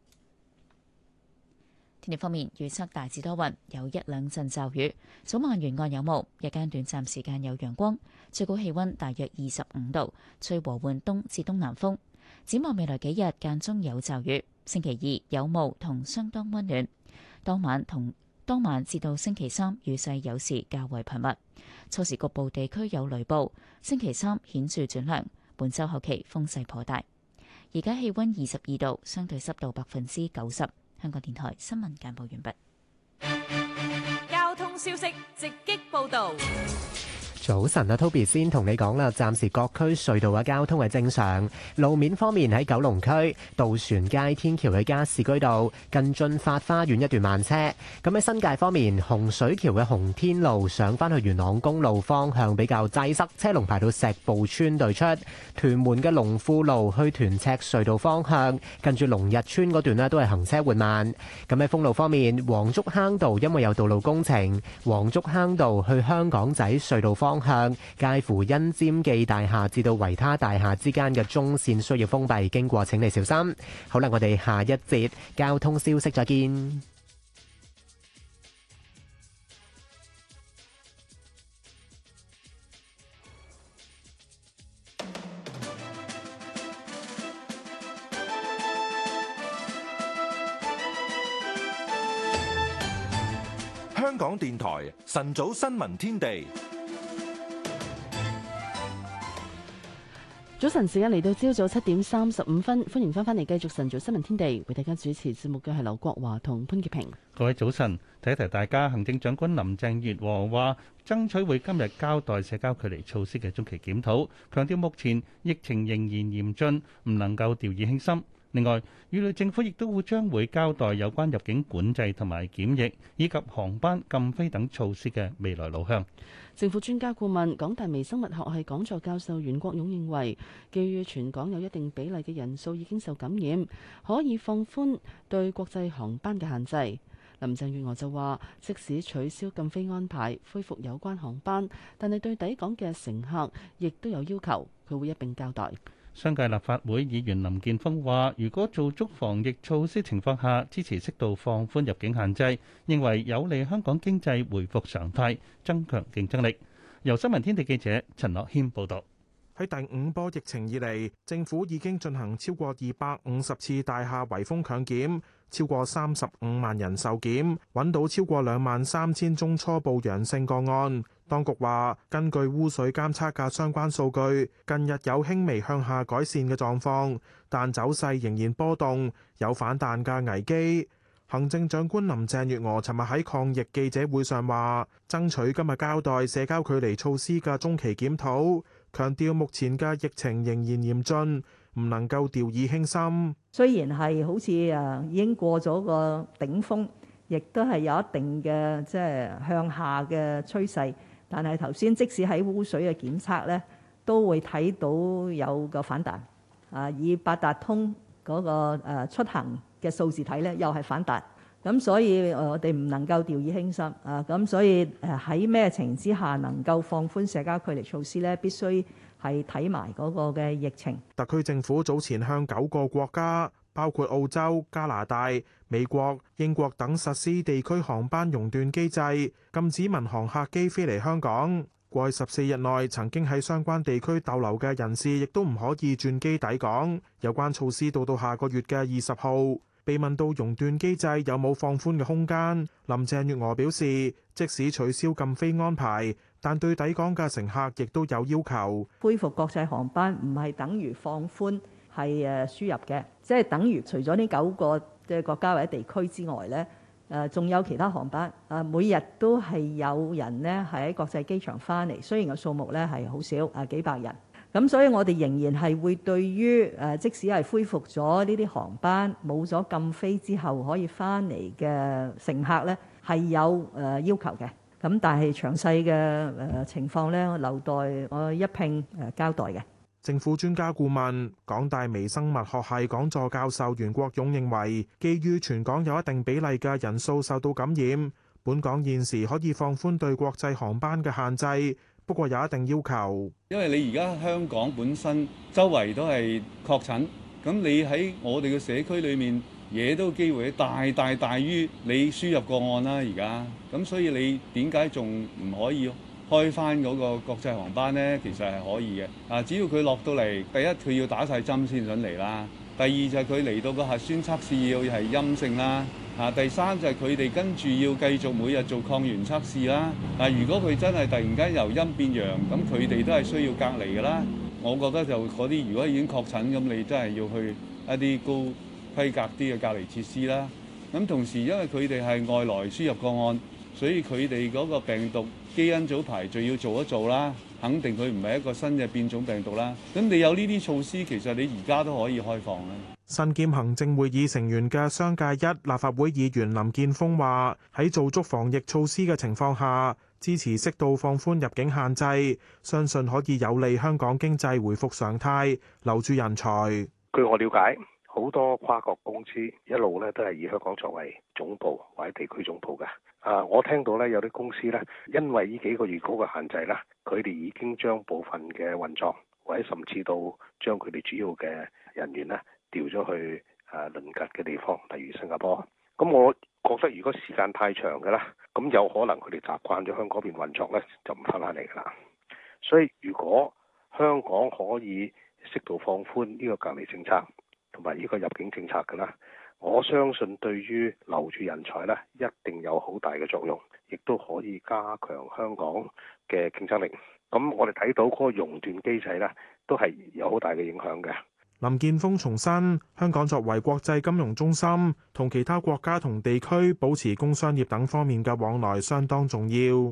天氣方面，預測大致多雲，有一兩陣驟雨，早晚沿岸有霧，日間短暫時間有陽光，最高氣溫大約二十五度，吹和緩東至東南風。展望未來幾日間中有驟雨，星期二有霧同相當溫暖，當晚同當晚至到星期三雨勢有時較為頻密，初時局部地區有雷暴。星期三顯著轉涼，本週後期風勢頗大。而家氣溫二十二度，相對濕度百分之九十。香港電台新聞簡報完畢。 交通消息直擊報道。 早晨啊，Toby 先同你講啦，暫時各區隧道嘅交通係正常。路面方面喺九龍區渡船街天橋去加士居道近駿發花園一段慢車。咁喺新界方面，洪水橋嘅洪天路上返去元朗公路方向比較擠塞，車龍排到石埔村對出。屯門嘅龍富路去屯赤隧道方向，近住龍日村嗰段呢都係行車緩慢。咁喺封路方面，黃竹坑道因為有道路工程，黃竹坑道去香港仔隧道方向介乎恩尖記大廈至到維他大廈之間嘅中線需要封閉，經過請你小心。好啦，我哋下一節交通消息再見。 香港電台晨早新聞天地。 早晨時間嚟到朝早七點三十五分，歡迎翻返嚟繼續晨早新聞天地，為大家主持節目嘅係劉國華同潘潔平。 各位早晨，提一提大家，行政長官林鄭月娥話，爭取會今日交代社交距離措施嘅中期檢討，強調目前疫情仍然嚴峻，唔能夠掉以輕心。另外，預料政府亦都會將會交代有關入境管制同埋檢疫，以及航班禁飛等措施嘅未來路向。 政府專家顧問、港大微生物學系講座教授袁國勇認為，基於全港有一定比例嘅人數已經受感染，可以放寬對國際航班嘅限制。林鄭月娥就話，即使取消禁飛安排，恢復有關航班，但係對抵港嘅乘客亦都有要求，佢會一並交代。 商界立法會議員林健鋒話，如果做足防疫措施情況下，支持適度放寬入境限制，認為有利香港經濟回復常態，增強競爭力。由新聞天地記者陳樂軒報導。 喺第五波疫情以嚟，政府已經進行超過二百五十次大廈圍封強檢，超過三十五萬人受檢，揾到超過兩萬三千宗初步陽性個案。當局話，根據污水監測嘅相關數據，近日有輕微向下改善嘅狀況，但走勢仍然波動，有反彈嘅危機。行政長官林鄭月娥尋日喺抗疫記者會上話，爭取今日交代社交距離措施嘅中期檢討，強調目前嘅疫情仍然嚴峻，唔能夠掉以輕心。 雖然係好似誒已經過咗個頂峰，亦都係有一定嘅即係向下嘅趨勢。但係頭先，即使喺污水嘅檢測咧，都會睇到有個反彈。啊，以八達通嗰個誒出行嘅數字睇咧，又係反彈。咁所以我哋唔能夠掉以輕心。啊，咁所以誒喺咩情形之下能夠放寬社交距離措施咧，必須係睇埋嗰個嘅疫情。 特區政府早前向九個國家，包括澳洲、加拿大、美國、英國等實施地區航班熔斷機制，禁止民航客機飛嚟香港。過去十四日內曾經喺相關地區逗留嘅人士，亦都唔可以轉機抵港。有關措施到到下個月嘅二十號。被問到熔斷機制有冇放寬嘅空間，林鄭月娥表示，即使取消禁飛安排，但對抵港嘅乘客亦都有要求。 恢復國際航班唔係等於放寬係誒輸入嘅，即係等於除咗呢九個嘅國家或者地區之外咧，誒仲有其他航班，誒每日都係有人咧係喺國際機場翻嚟，雖然個數目咧係好少，誒幾百人。咁所以我哋仍然係會對於誒即使係恢復咗呢啲航班，冇咗禁飛之後可以翻嚟嘅乘客咧係有誒要求嘅。咁但係詳細嘅誒情況咧，留待我一併誒交代嘅。 政府專家顧問、港大微生物學系講座教授袁國勇認為，基於全港有一定比例嘅人數受到感染，本港現時可以放寬對國際航班嘅限制，不過有一定要求。 因為你而家香港本身周圍都係確診，咁你喺我哋嘅社區裏面嘢都機會大大大於你輸入個案啦。而家咁，所以你點解仲唔可以開翻嗰個國際航班呢？其實係可以嘅。啊，只要佢落到嚟，第一佢要打晒針先准嚟啦。第二就係佢嚟到個核酸測試要係陰性啦。啊，第三就係佢哋跟住要繼續每日做抗原測試啦。啊，如果佢真係突然間由陰變陽，咁佢哋都係需要隔離㗎啦。我覺得就嗰啲如果已經確診，咁你真係要去一啲高規格啲嘅隔離設施啦。咁同時因為佢哋係外來輸入個案。 所以佢哋嗰個病毒基因組排序要做一做啦，肯定佢唔係一個新嘅變種病毒啦。咁你有呢啲措施，其實你而家都可以開放啦。 身兼行政會議成員嘅商界一立法會議員林健鋒話：喺做足防疫措施嘅情況下，支持適度放寬入境限制，相信可以有利香港經濟回復常態，留住人才。 據我了解，好多跨國公司一路咧都係以香港作為總部或者地區總部嘅。啊，我聽到咧有啲公司咧，因為呢幾個月嗰個限制啦，佢哋已經將部分嘅運作或者甚至到將佢哋主要嘅人員咧調咗去誒鄰近嘅地方，例如新加坡。咁我覺得如果時間太長嘅啦，咁有可能佢哋習慣咗香港嗰邊運作咧，就唔翻返嚟㗎啦。所以如果香港可以適度放寬呢個隔離政策同埋呢個入境政策嘅啦，我相信對於留住人才咧，一定有好大嘅作用，亦都可以加強香港嘅競爭力。咁我哋睇到嗰個熔斷機制咧，都係有好大嘅影響嘅。 林健鋒重申，香港作為國際金融中心，同其他國家同地區保持工商業等方面嘅往來相當重要。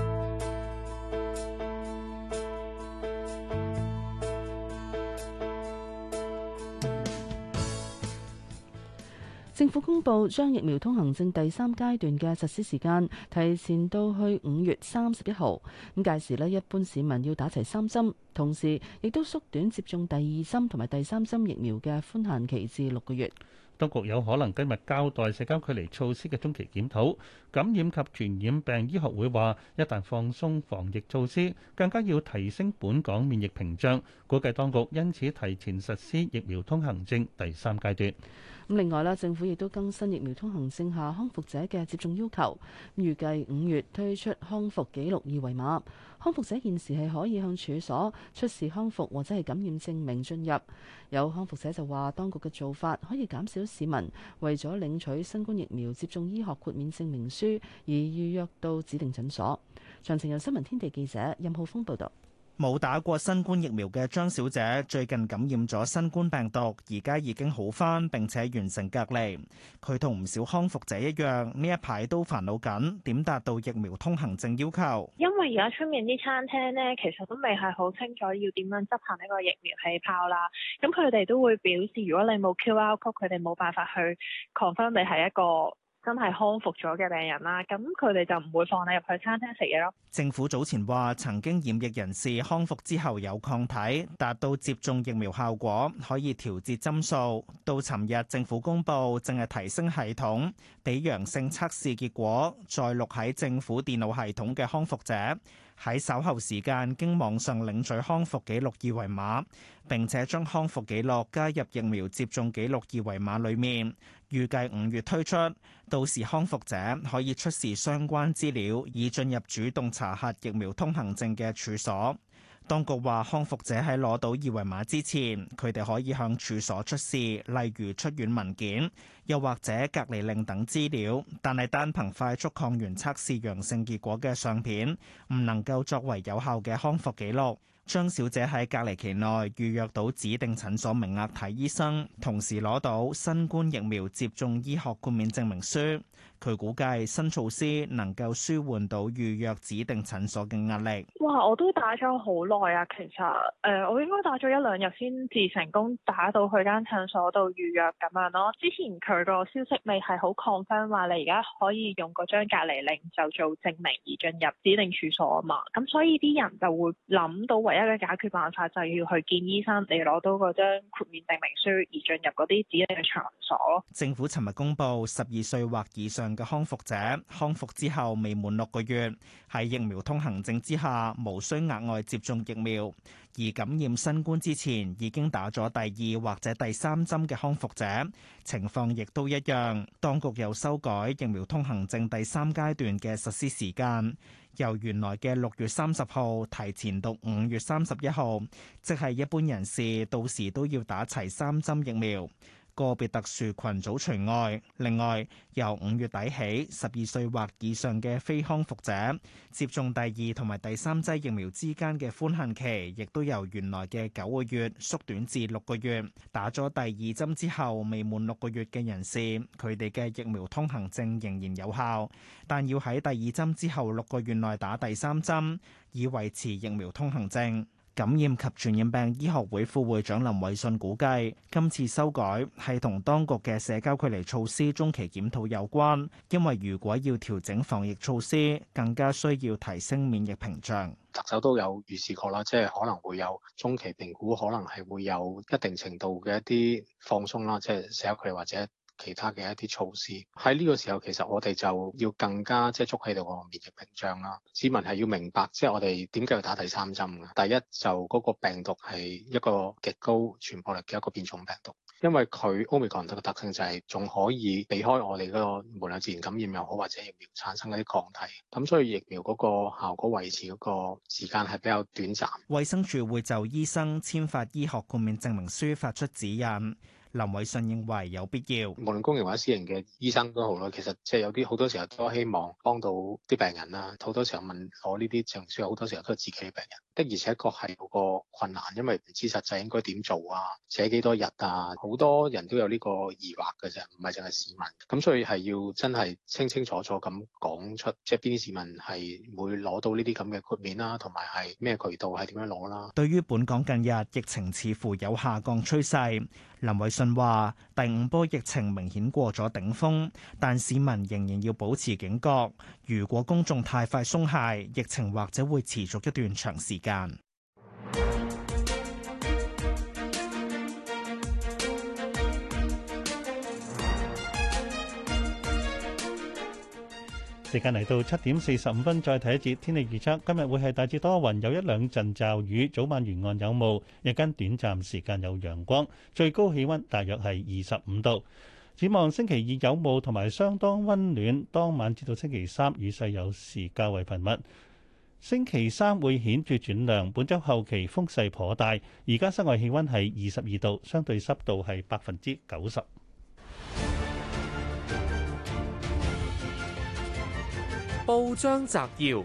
政府公布將疫苗通行證第三階段嘅實施時間提前到去五月三十一號。咁屆時呢，一般市民要打齊三針，同時亦都縮短接種第二針同埋第三針疫苗嘅寬限期至六個月。 當局有可能今日交代社交距離措施嘅中期檢討。感染及傳染病醫學會話，一旦放鬆防疫措施，更加要提升本港免疫屏障。估計當局因此提前實施疫苗通行證第三階段。 咁另外啦，政府亦都更新疫苗通行證下康復者嘅接種要求，預計五月推出康復記錄二維碼。康復者現時係可以向處所出示康復或者係感染證明進入。有康復者就話，當局嘅做法可以減少市民為咗領取新冠疫苗接種醫學豁免證明書而預約到指定診所。詳情由新聞天地記者任浩峰報導。 冇打過新冠疫苗嘅張小姐最近感染咗新冠病毒，而家已經好返並且完成隔離。佢同唔少康復者一樣，呢一排都煩惱緊點達到疫苗通行證要求。 因為而家出面啲餐廳呢，其實都未係好清楚要點樣執行呢個疫苗氣泡啦。咁佢哋都會表示，如果你冇 Q R code，佢哋冇辦法去 confirm 你係一個真係康復咗嘅病人啦，咁佢哋就唔會放你入去餐廳食嘢咯。 政府早前話，曾經染疫人士康復之後有抗體，達到接種疫苗效果，可以調節針數。到尋日政府公佈，正係提升系統，俾陽性測試結果再錄喺政府電腦系統嘅康復者，喺稍後時間經網上領取康復記錄二維碼，並且將康復記錄加入疫苗接種記錄二維碼裏面。預計五月推出，到時康復者可以出示相關資料，以進入主動查核疫苗通行證嘅處所。當局話，康復者喺攞到二維碼之前，佢哋可以向處所出示，例如出院文件，又或者隔離令等資料，但係單憑快速抗原測試陽性結果嘅相片，唔能夠作為有效嘅康復記錄。張小姐喺隔離期內預約到指定診所名額睇醫生，同時攞到新冠疫苗接種醫學豁免證明書。佢估計新措施能夠舒緩到預約指定診所嘅壓力。 哇！我都打咗好耐啊，其實誒、呃，我應該打咗一兩日先至成功打到去間診所度預約咁樣咯。之前佢個消息未係好 confirm 話你而家可以用嗰張隔離令就做證明而進入指定處所啊嘛，咁所以啲人就會諗到唯一嘅解決辦法就係要去見醫生，你攞到嗰張豁免證明書而進入嗰啲指定嘅場所咯。 政府尋日公布，十二歲或以上嘅康復者康復之後未滿六個月，喺疫苗通行證之下，無需額外接種疫苗。而感染新冠之前已經打咗第二或者第三針嘅康復者，情況亦都一樣。當局又修改疫苗通行證第三階段嘅實施時間，由原來嘅六月三十號提前到五月三十一號，即係一般人士到時都要打齊三針疫苗。 個別特殊群組除外。另外，由五月底起，十二歲或以上嘅非康復者接種第二同埋第三劑疫苗之間嘅寬限期，亦都由原來嘅九個月縮短至六個月。打咗第二針之後未滿六個月嘅人士，佢哋嘅疫苗通行證仍然有效，但要喺第二針之後六個月內打第三針，以維持疫苗通行證。感染及傳染病醫學會副會長林偉信估計，今次修改係同當局嘅社交距離措施中期檢討有關，因為如果要調整防疫措施，更加需要提升免疫屏障。 特首都有預示過啦，即係可能會有中期評估，可能係會有一定程度嘅一啲放鬆啦，即係社交距離或者其他嘅一啲措施。喺呢個時候，其實我哋就要更加即係築起到個免疫屏障啦。市民係要明白，即係我哋點解要打第三針嘅。第一就嗰個病毒係一個極高傳播力嘅一個變種病毒。因為佢 Omicron 嘅特性就係仲可以避開我哋嗰個無論自然感染又好或者疫苗產生嗰啲抗體，咁所以疫苗嗰個效果維持嗰個時間係比較短暫。 衛生署會就醫生簽發醫學豁免證明書發出指引。林偉信認為有必要， 無論公營或者私營嘅醫生都好啦，其實即係有啲好多時候都希望幫到啲病人啦。好多時候問我呢啲證明書，好多時候都係自己嘅病人。的而且確係有個困難，因為唔知實際應該點做啊，寫幾多日啊，好多人都有呢個疑惑嘅啫，唔係淨係市民。咁所以係要真係清清楚楚咁講出，即係邊啲市民係會攞到呢啲咁嘅豁免啦，同埋係咩渠道係點樣攞啦。 對於本港近日疫情似乎有下降趨勢，林偉信話：第五波疫情明顯過咗頂峰，但市民仍然要保持警覺。如果公眾太快鬆懈，疫情或者會持續一段長時間。 時間嚟到七點四十五分，再睇一節天氣預測。今日會係大致多雲，有一兩陣驟雨，早晚沿岸有霧，日間短暫時間有陽光，最高氣溫大約係二十五度。展望星期二有霧同埋相當溫暖，當晚至到星期三雨勢有時較為頻密。星期三會顯著轉涼，本週後期風勢頗大。而家室外氣溫係二十二度，相對濕度係百分之九十。 報章摘要：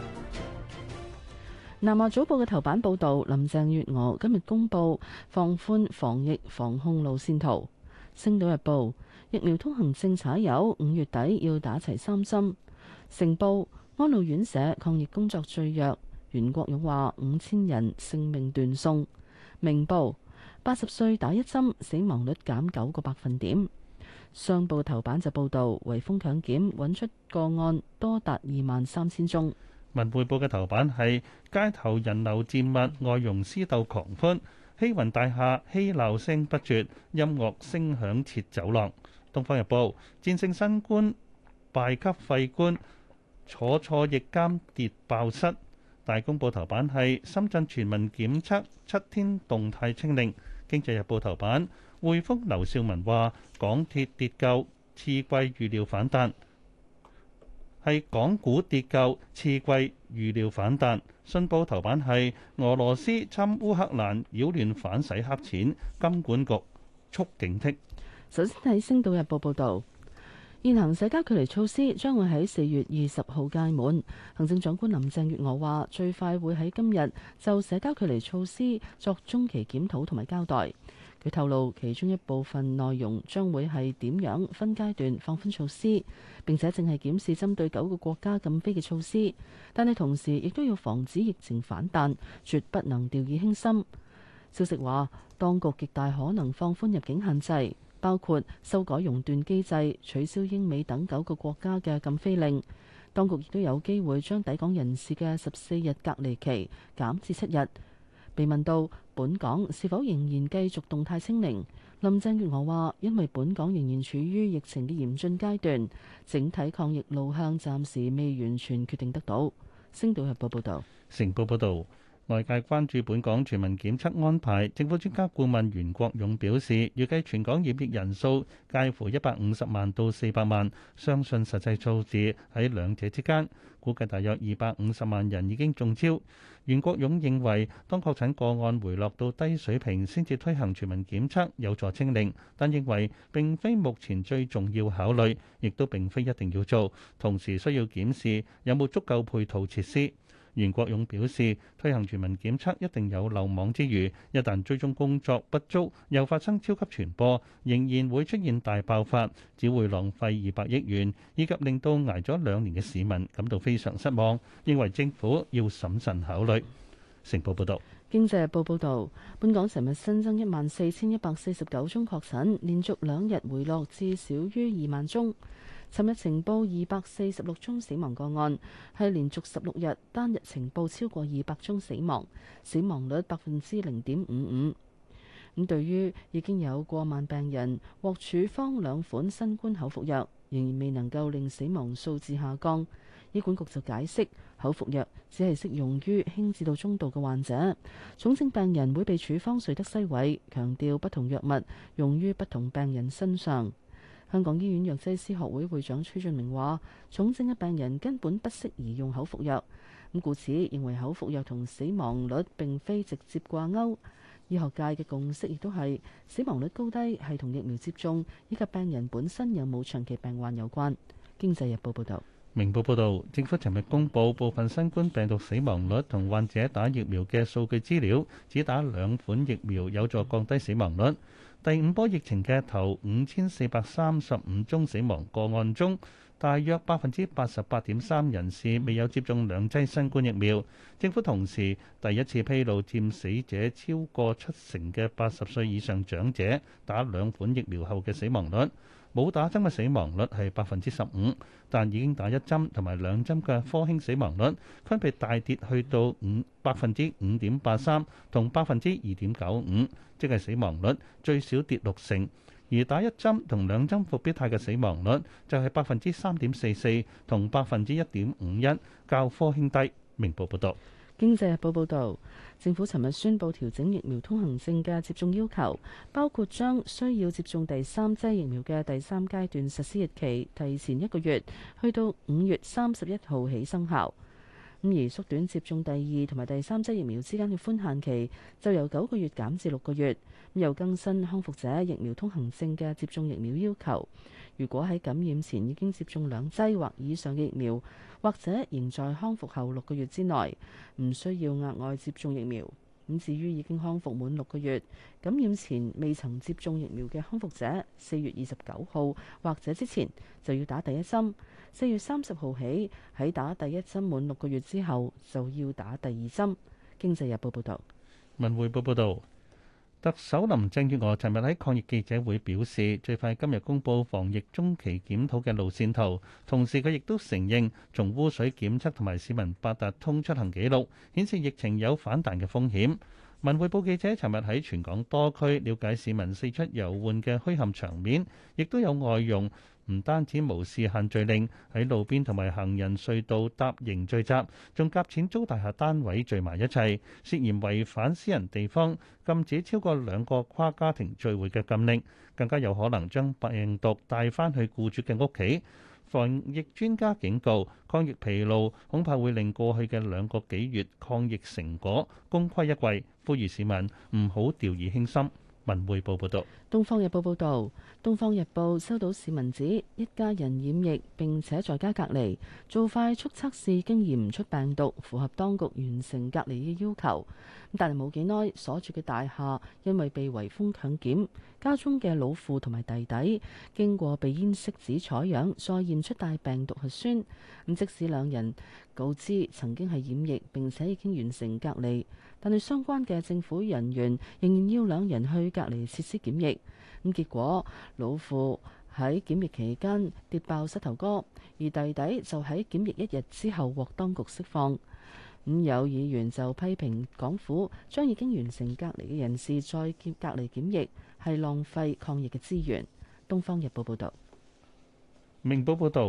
南華早報嘅頭版報導，林鄭月娥今日公布放寬防疫防控路線圖。星島日報：疫苗通行證踩油，五月底要打齊三針。成報：安老院舍抗疫工作最弱，袁國勇話五千人性命斷送。明報：八十歲打一針，死亡率減九個百分點。上報頭版就報導，圍封強檢揾出個案多達二萬三千宗。 文匯報嘅頭版係街頭人流漸密，外傭私鬥狂歡，希雲大廈嬉鬧聲不絕，音樂聲響徹走廊。東方日報戰勝新冠敗給廢官，坐錯疫監跌爆室。大公報頭版係深圳全民檢測七天動態清零。經濟日報頭版匯豐劉少文話港鐵跌夠，次季預料反彈，係港股跌夠，次季預料反彈。信報頭版係俄羅斯侵烏克蘭擾亂反洗黑錢，金管局促警惕。 首先睇《星島日報》報導，現行社交距離措施將會喺四月二十號屆滿。行政長官林鄭月娥話，最快會喺今日就社交距離措施作中期檢討同埋交代。佢透露，其中一部分內容將會係點樣分階段放寬措施，並且正係檢視針對九個國家禁飛嘅措施。但係同時亦都要防止疫情反彈，絕不能掉以輕心。消息話，當局極大可能放寬入境限制，包括修改熔斷機制、取消英美等九個國家嘅禁飛令。當局亦都有機會將抵港人士嘅十四日隔離期減至七日。被問到本港是否仍然繼續動態清零，林鄭月娥話：因為本港仍然處於疫情嘅嚴峻階段，整體抗疫路向暫時未完全決定得到。星島日報報道。 成報報導， 外界關注本港全民檢測安排，政府專家顧問袁國勇表示，預計全港染疫人數介乎一百五十萬到四百萬，相信實際數字喺兩者之間，估計大約二百五十萬人已經中招。袁國勇認為，當確診個案回落到低水平先至推行全民檢測有助清零，但認為並非目前最重要考慮，亦都並非一定要做，同時需要檢視有冇足夠配套設施。袁國勇表示，推行全民檢測一定有漏網之魚，一旦追蹤工作不足，又發生超級傳播，仍然會出現大爆發，只會浪費二百億元，以及令到捱咗兩年嘅市民感到非常失望，認為政府要審慎考慮。成報報導。 經濟日報報導，本港尋日新增一萬四千一百四十九宗確診，連續兩日回落至少於二萬宗。尋日呈報二百四十六宗死亡個案，係連續十六日單日呈報超過二百宗死亡，死亡率百分之零點五五。咁對於已經有過萬病人獲處方兩款新冠口服藥，仍然未能夠令死亡數字下降，醫管局就解釋，口服藥只係適用於輕至到中度嘅患者，重症病人會被處方瑞德西韋，強調不同藥物用於不同病人身上。香港醫院藥劑師學會會長崔俊明話，重症嘅病人根本不適宜用口服藥，咁故此認為口服藥同死亡率並非直接掛鈎。醫學界嘅共識亦都係死亡率高低係同疫苗接種以及病人本身有冇長期病患有關。經濟日報報導。 明報報導，政府尋日公布部分新冠病毒死亡率同患者打疫苗嘅數據資料，只打兩款疫苗有助降低死亡率。第五波疫情嘅頭五千四百三十五宗死亡個案中，大約百分之八十八點三人士未有接種兩劑新冠疫苗。政府同時第一次披露佔死者超過七成嘅八十歲以上長者打兩款疫苗後嘅死亡率。冇打針嘅死亡率係百分之十五，但已經打一針同埋兩針嘅科興死亡率分別大跌去到五百分之五點八三同百分之二點九五，即係死亡率最少跌六成。而打一針同兩針復必泰嘅死亡率就係百分之三點四四同百分之一點五一，較科興低。明報報道。 經濟日報報導，政府尋日宣布調整疫苗通行證嘅接種要求，包括將需要接種第三劑疫苗嘅第三階段實施日期提前一個月，去到五月三十一號起生效。咁而縮短接種第二同埋第三劑疫苗之間嘅寬限期，就由九個月減至六個月。咁又更新康復者疫苗通行證嘅接種疫苗要求。如果喺感染前已經接種兩劑或以上嘅疫苗，或者仍在康復後六個月之內，唔需要額外接種疫苗。咁至於已經康復滿六個月、感染前未曾接種疫苗嘅康復者，四月二十九號或者之前就要打第一針。四月三十號起，喺打第一針滿六個月之後，就要打第二針。經濟日報報導。 文匯報報導。特首林鄭月娥尋日喺抗疫記者會表示，最快今日公佈防疫中期檢討嘅路線圖。同時，佢亦都承認，從污水檢測同埋市民八達通出行記錄顯示疫情有反彈嘅風險。文匯報記者尋日喺全港多區了解市民四出遊玩嘅墟冚場面，亦都有外傭唔單止無視限聚令，喺路邊同埋行人隧道搭營聚集，仲夾錢租大廈單位聚埋一齊，涉嫌違反私人地方禁止超過兩個跨家庭聚會嘅禁令，更加有可能將病毒帶返去僱主嘅屋企。防疫專家警告，抗疫疲勞恐怕會令過去嘅兩個幾月抗疫成果功虧一簣，呼籲市民唔好掉以輕心。文匯報報道。 東方日報報道，東方日報收到市民指一家人染疫並且在家隔離，做快速測試經驗唔出病毒，符合當局完成隔離嘅要求。但係冇幾耐，所住嘅大廈因為被圍封強檢，家中嘅老父同埋弟弟經過鼻咽拭子採樣，再驗出帶病毒核酸。咁即使兩人告知曾經係染疫並且已經完成隔離，但係相關嘅政府人員仍然要兩人去隔離設施檢疫。咁結果老父喺檢疫期間跌爆膝頭哥，而弟弟就喺檢疫一日之後獲當局釋放。咁有議員就批評港府將已經完成隔離嘅人士再檢隔離檢疫係浪費抗疫嘅資源。《東方日報》報導。 明報報導。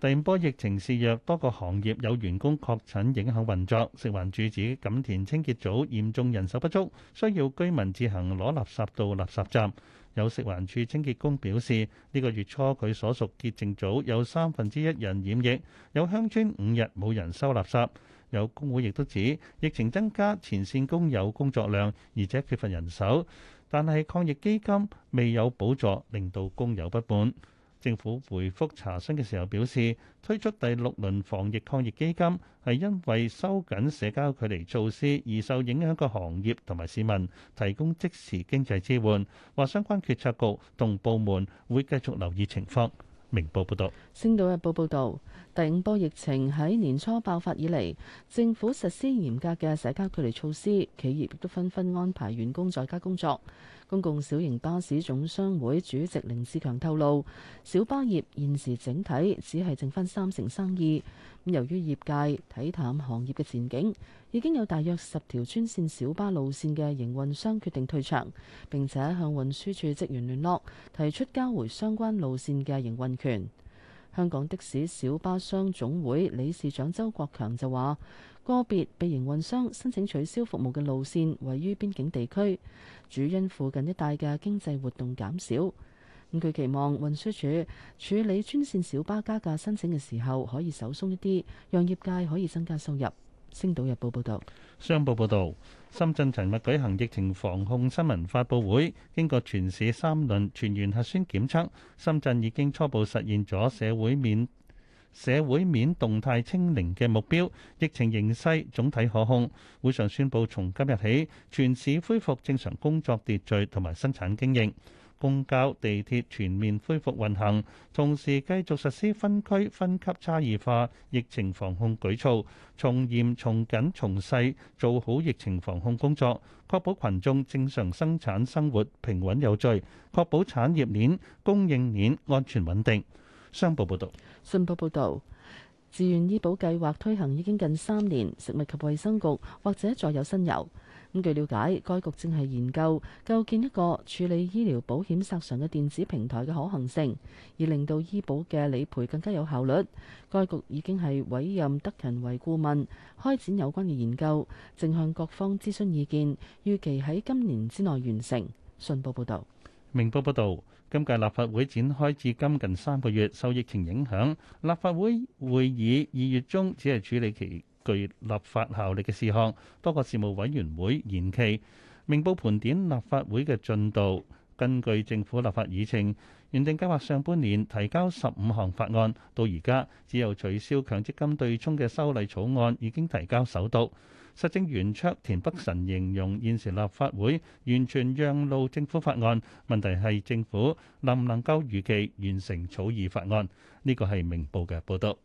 第五波疫情肆虐，多個行業有員工確診影響運作。食環署指錦田清潔組嚴重人手不足，需要居民自行攞垃圾到垃圾站。有食環署清潔工表示，呢個月初佢所屬潔淨組有三分之一人染疫，有鄉村五日冇人收垃圾。有工會亦都指，疫情增加前線工友工作量，而且缺乏人手，但係抗疫基金未有補助，令到工友不滿。政府回覆查詢嘅時候表示，推出第六輪防疫抗疫基金係因為收緊社交距離措施而受影響嘅行業同埋市民提供即時經濟支援，話相關決策局同部門會繼續留意情況。明報報道。 星島日報報道，第五波疫情喺年初爆發以嚟，政府實施嚴格嘅社交距離措施，企業亦都紛紛安排員工在家工作。公共小型巴士總商會主席凌志強透露，小巴業現時整體只係剩翻三成生意。咁由於業界睇淡行業嘅前景，已經有大約十條專線小巴路線嘅營運商決定退場，並且向運輸署職員聯絡，提出交回相關路線嘅營運權。香港的士小巴商總會理事長周國強就話，個別被營運商申請取消服務嘅路線位於邊境地區，主因附近一帶嘅經濟活動減少。咁佢期望運輸署處理專線小巴加價申請嘅時候可以手鬆一啲，讓業界可以增加收入。星島日報報道。 商報報導，深圳尋日舉行疫情防控新聞發佈會，經過全市三輪全員核酸檢測，深圳已經初步實現咗社會面社會面動態清零嘅目標，疫情形勢總體可控。會上宣布，從今日起，全市恢復正常工作秩序同埋生產經營。公交、地鐵全面恢復運行，同時繼續實施分區分級差異化疫情防控舉措，從嚴從緊從細做好疫情防控工作，確保群眾正常生產生活平穩有序，確保產業鏈供應鏈安全穩定。商報報導。 信報報導，自願醫保計劃推行已經近三年，食物及衛生局或者再有新猷。咁據了解，該局正係研究構建一個處理醫療保險索償嘅電子平台嘅可行性，以令到醫保嘅理賠更加有效率。該局已經係委任德勤為顧問，開展有關嘅研究，正向各方諮詢意見，預期喺今年之內完成。信報報導。 明報報導，今屆立法會展開至今近三個月，受疫情影響，立法會會議二月中只係處理其具立法效力嘅事項，多個事務委員會延期。明報盤點立法會嘅進度，根據政府立法議程，原定計劃上半年提交十五項法案，到而家只有取消強積金對沖嘅修例草案已經提交首讀。實政圓桌田北辰形容現時立法會完全讓路政府法案，問題係政府能唔能夠如期完成草擬法案。呢個係明報嘅報導。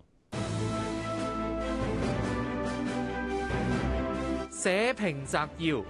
社評摘要。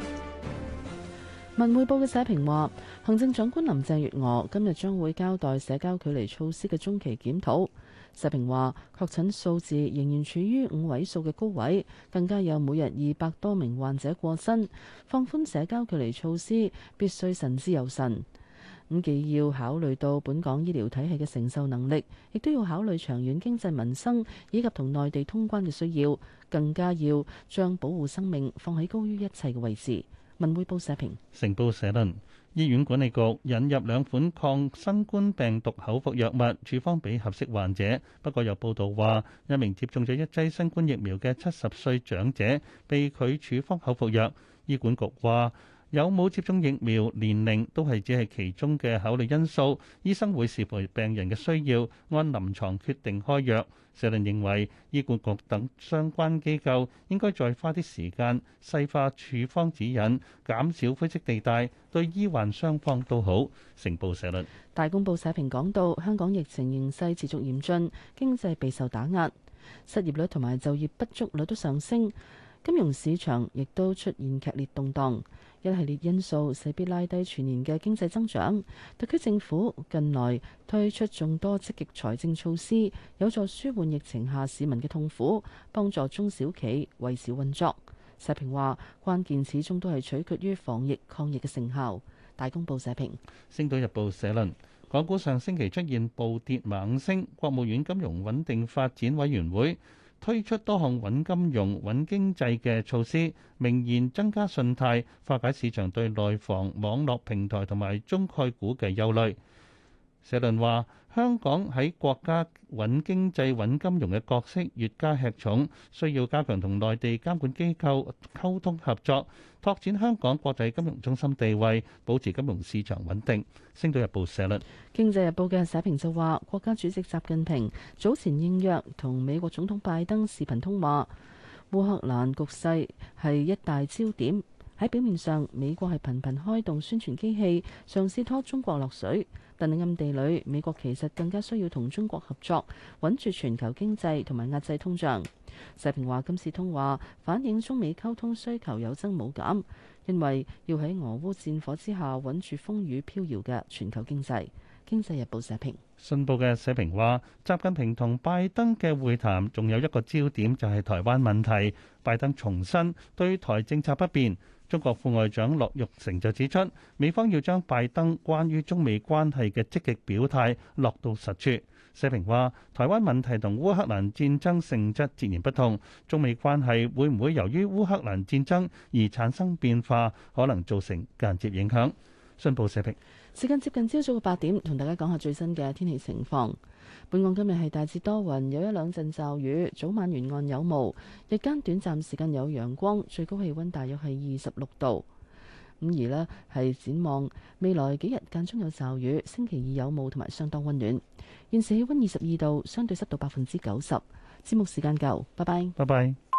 文匯報嘅社評話，行政長官林鄭月娥今日將會交代社交距離措施嘅中期檢討。社評話，確診數字仍然處於五位數嘅高位，更加有每日二百多名患者過身，放寬社交距離措施必須慎之又慎。咁既要考慮到本港醫療體系嘅承受能力，亦都要考慮長遠經濟民生以及同內地通關嘅需要，更加要將保護生命放喺高於一切嘅位置。文匯報社評。 成報社論。醫院管理局引入兩款抗新冠病毒口服藥物，處方俾合適患者。不過有報道話，一名接種咗一劑新冠疫苗嘅七十歲長者被拒處方口服藥。醫管局話，有冇接種疫苗、年齡都係只係其中嘅考慮因素，醫生會視乎病人嘅需要，按臨床決定開藥。社論認為，醫管局等相關機構應該再花啲時間細化處方指引，減少灰色地帶，對醫患雙方都好。成報社論。 大公報社評講到，香港疫情形勢持續嚴峻，經濟備受打壓，失業率同埋就業不足率都上升，金融市場亦都出現劇烈動盪。一系列因素勢必拉低全年嘅經濟增長。特區政府近來推出眾多積極財政措施，有助舒緩疫情下市民嘅痛苦，幫助中小企維持運作。社評話，關鍵始終都係取決於防疫抗疫嘅成效。大公報社評。 星島日報社論。 港股上星期出現暴跌猛升，國務院金融穩定發展委員會推出多項穩金融、穩經濟嘅措施，明言增加信貸，化解市場對內房、網絡平台同埋中概股嘅憂慮。社論話，香港喺國家穩經濟、穩金融嘅角色越加吃重，需要加強同內地監管機構溝通合作，拓展香港國際金融中心地位，保持金融市場穩定。星島日報社論。 經濟日報嘅社評就話，國家主席習近平早前應約同美國總統拜登視頻通話，烏克蘭局勢係一大焦點。喺表面上，美國係頻頻開動宣傳機器，嘗試拖中國落水，但係暗地裏，美國其實更加需要同中國合作，穩住全球經濟同埋壓制通脹。社評話，今次通話反映中美溝通需求有增冇減，因為要喺俄烏戰火之下穩住風雨飄搖嘅全球經濟。經濟日報社評。 信報嘅社評話，習近平同拜登嘅會談仲有一個焦點就係台灣問題，拜登重申對台政策不變。中國副外長樂玉成就指出，美方要將拜登關於中美關係嘅積極表態落到實處。社評話，台灣問題同烏克蘭戰爭性質截然不同，中美關係會唔會由於烏克蘭戰爭而產生變化，可能造成間接影響。信報社評。 時間接近朝早嘅八點，同大家講下最新嘅天氣情況。本港今日係大致多雲，有一兩陣驟雨，早晚沿岸有霧，日間短暫時間有陽光，最高氣溫大約係二十六度。咁而呢係展望未來幾日間中有驟雨，星期二有霧同埋相當溫暖。現時氣溫二十二度，相對濕度百分之九十。節目時間夠，拜拜。 拜拜。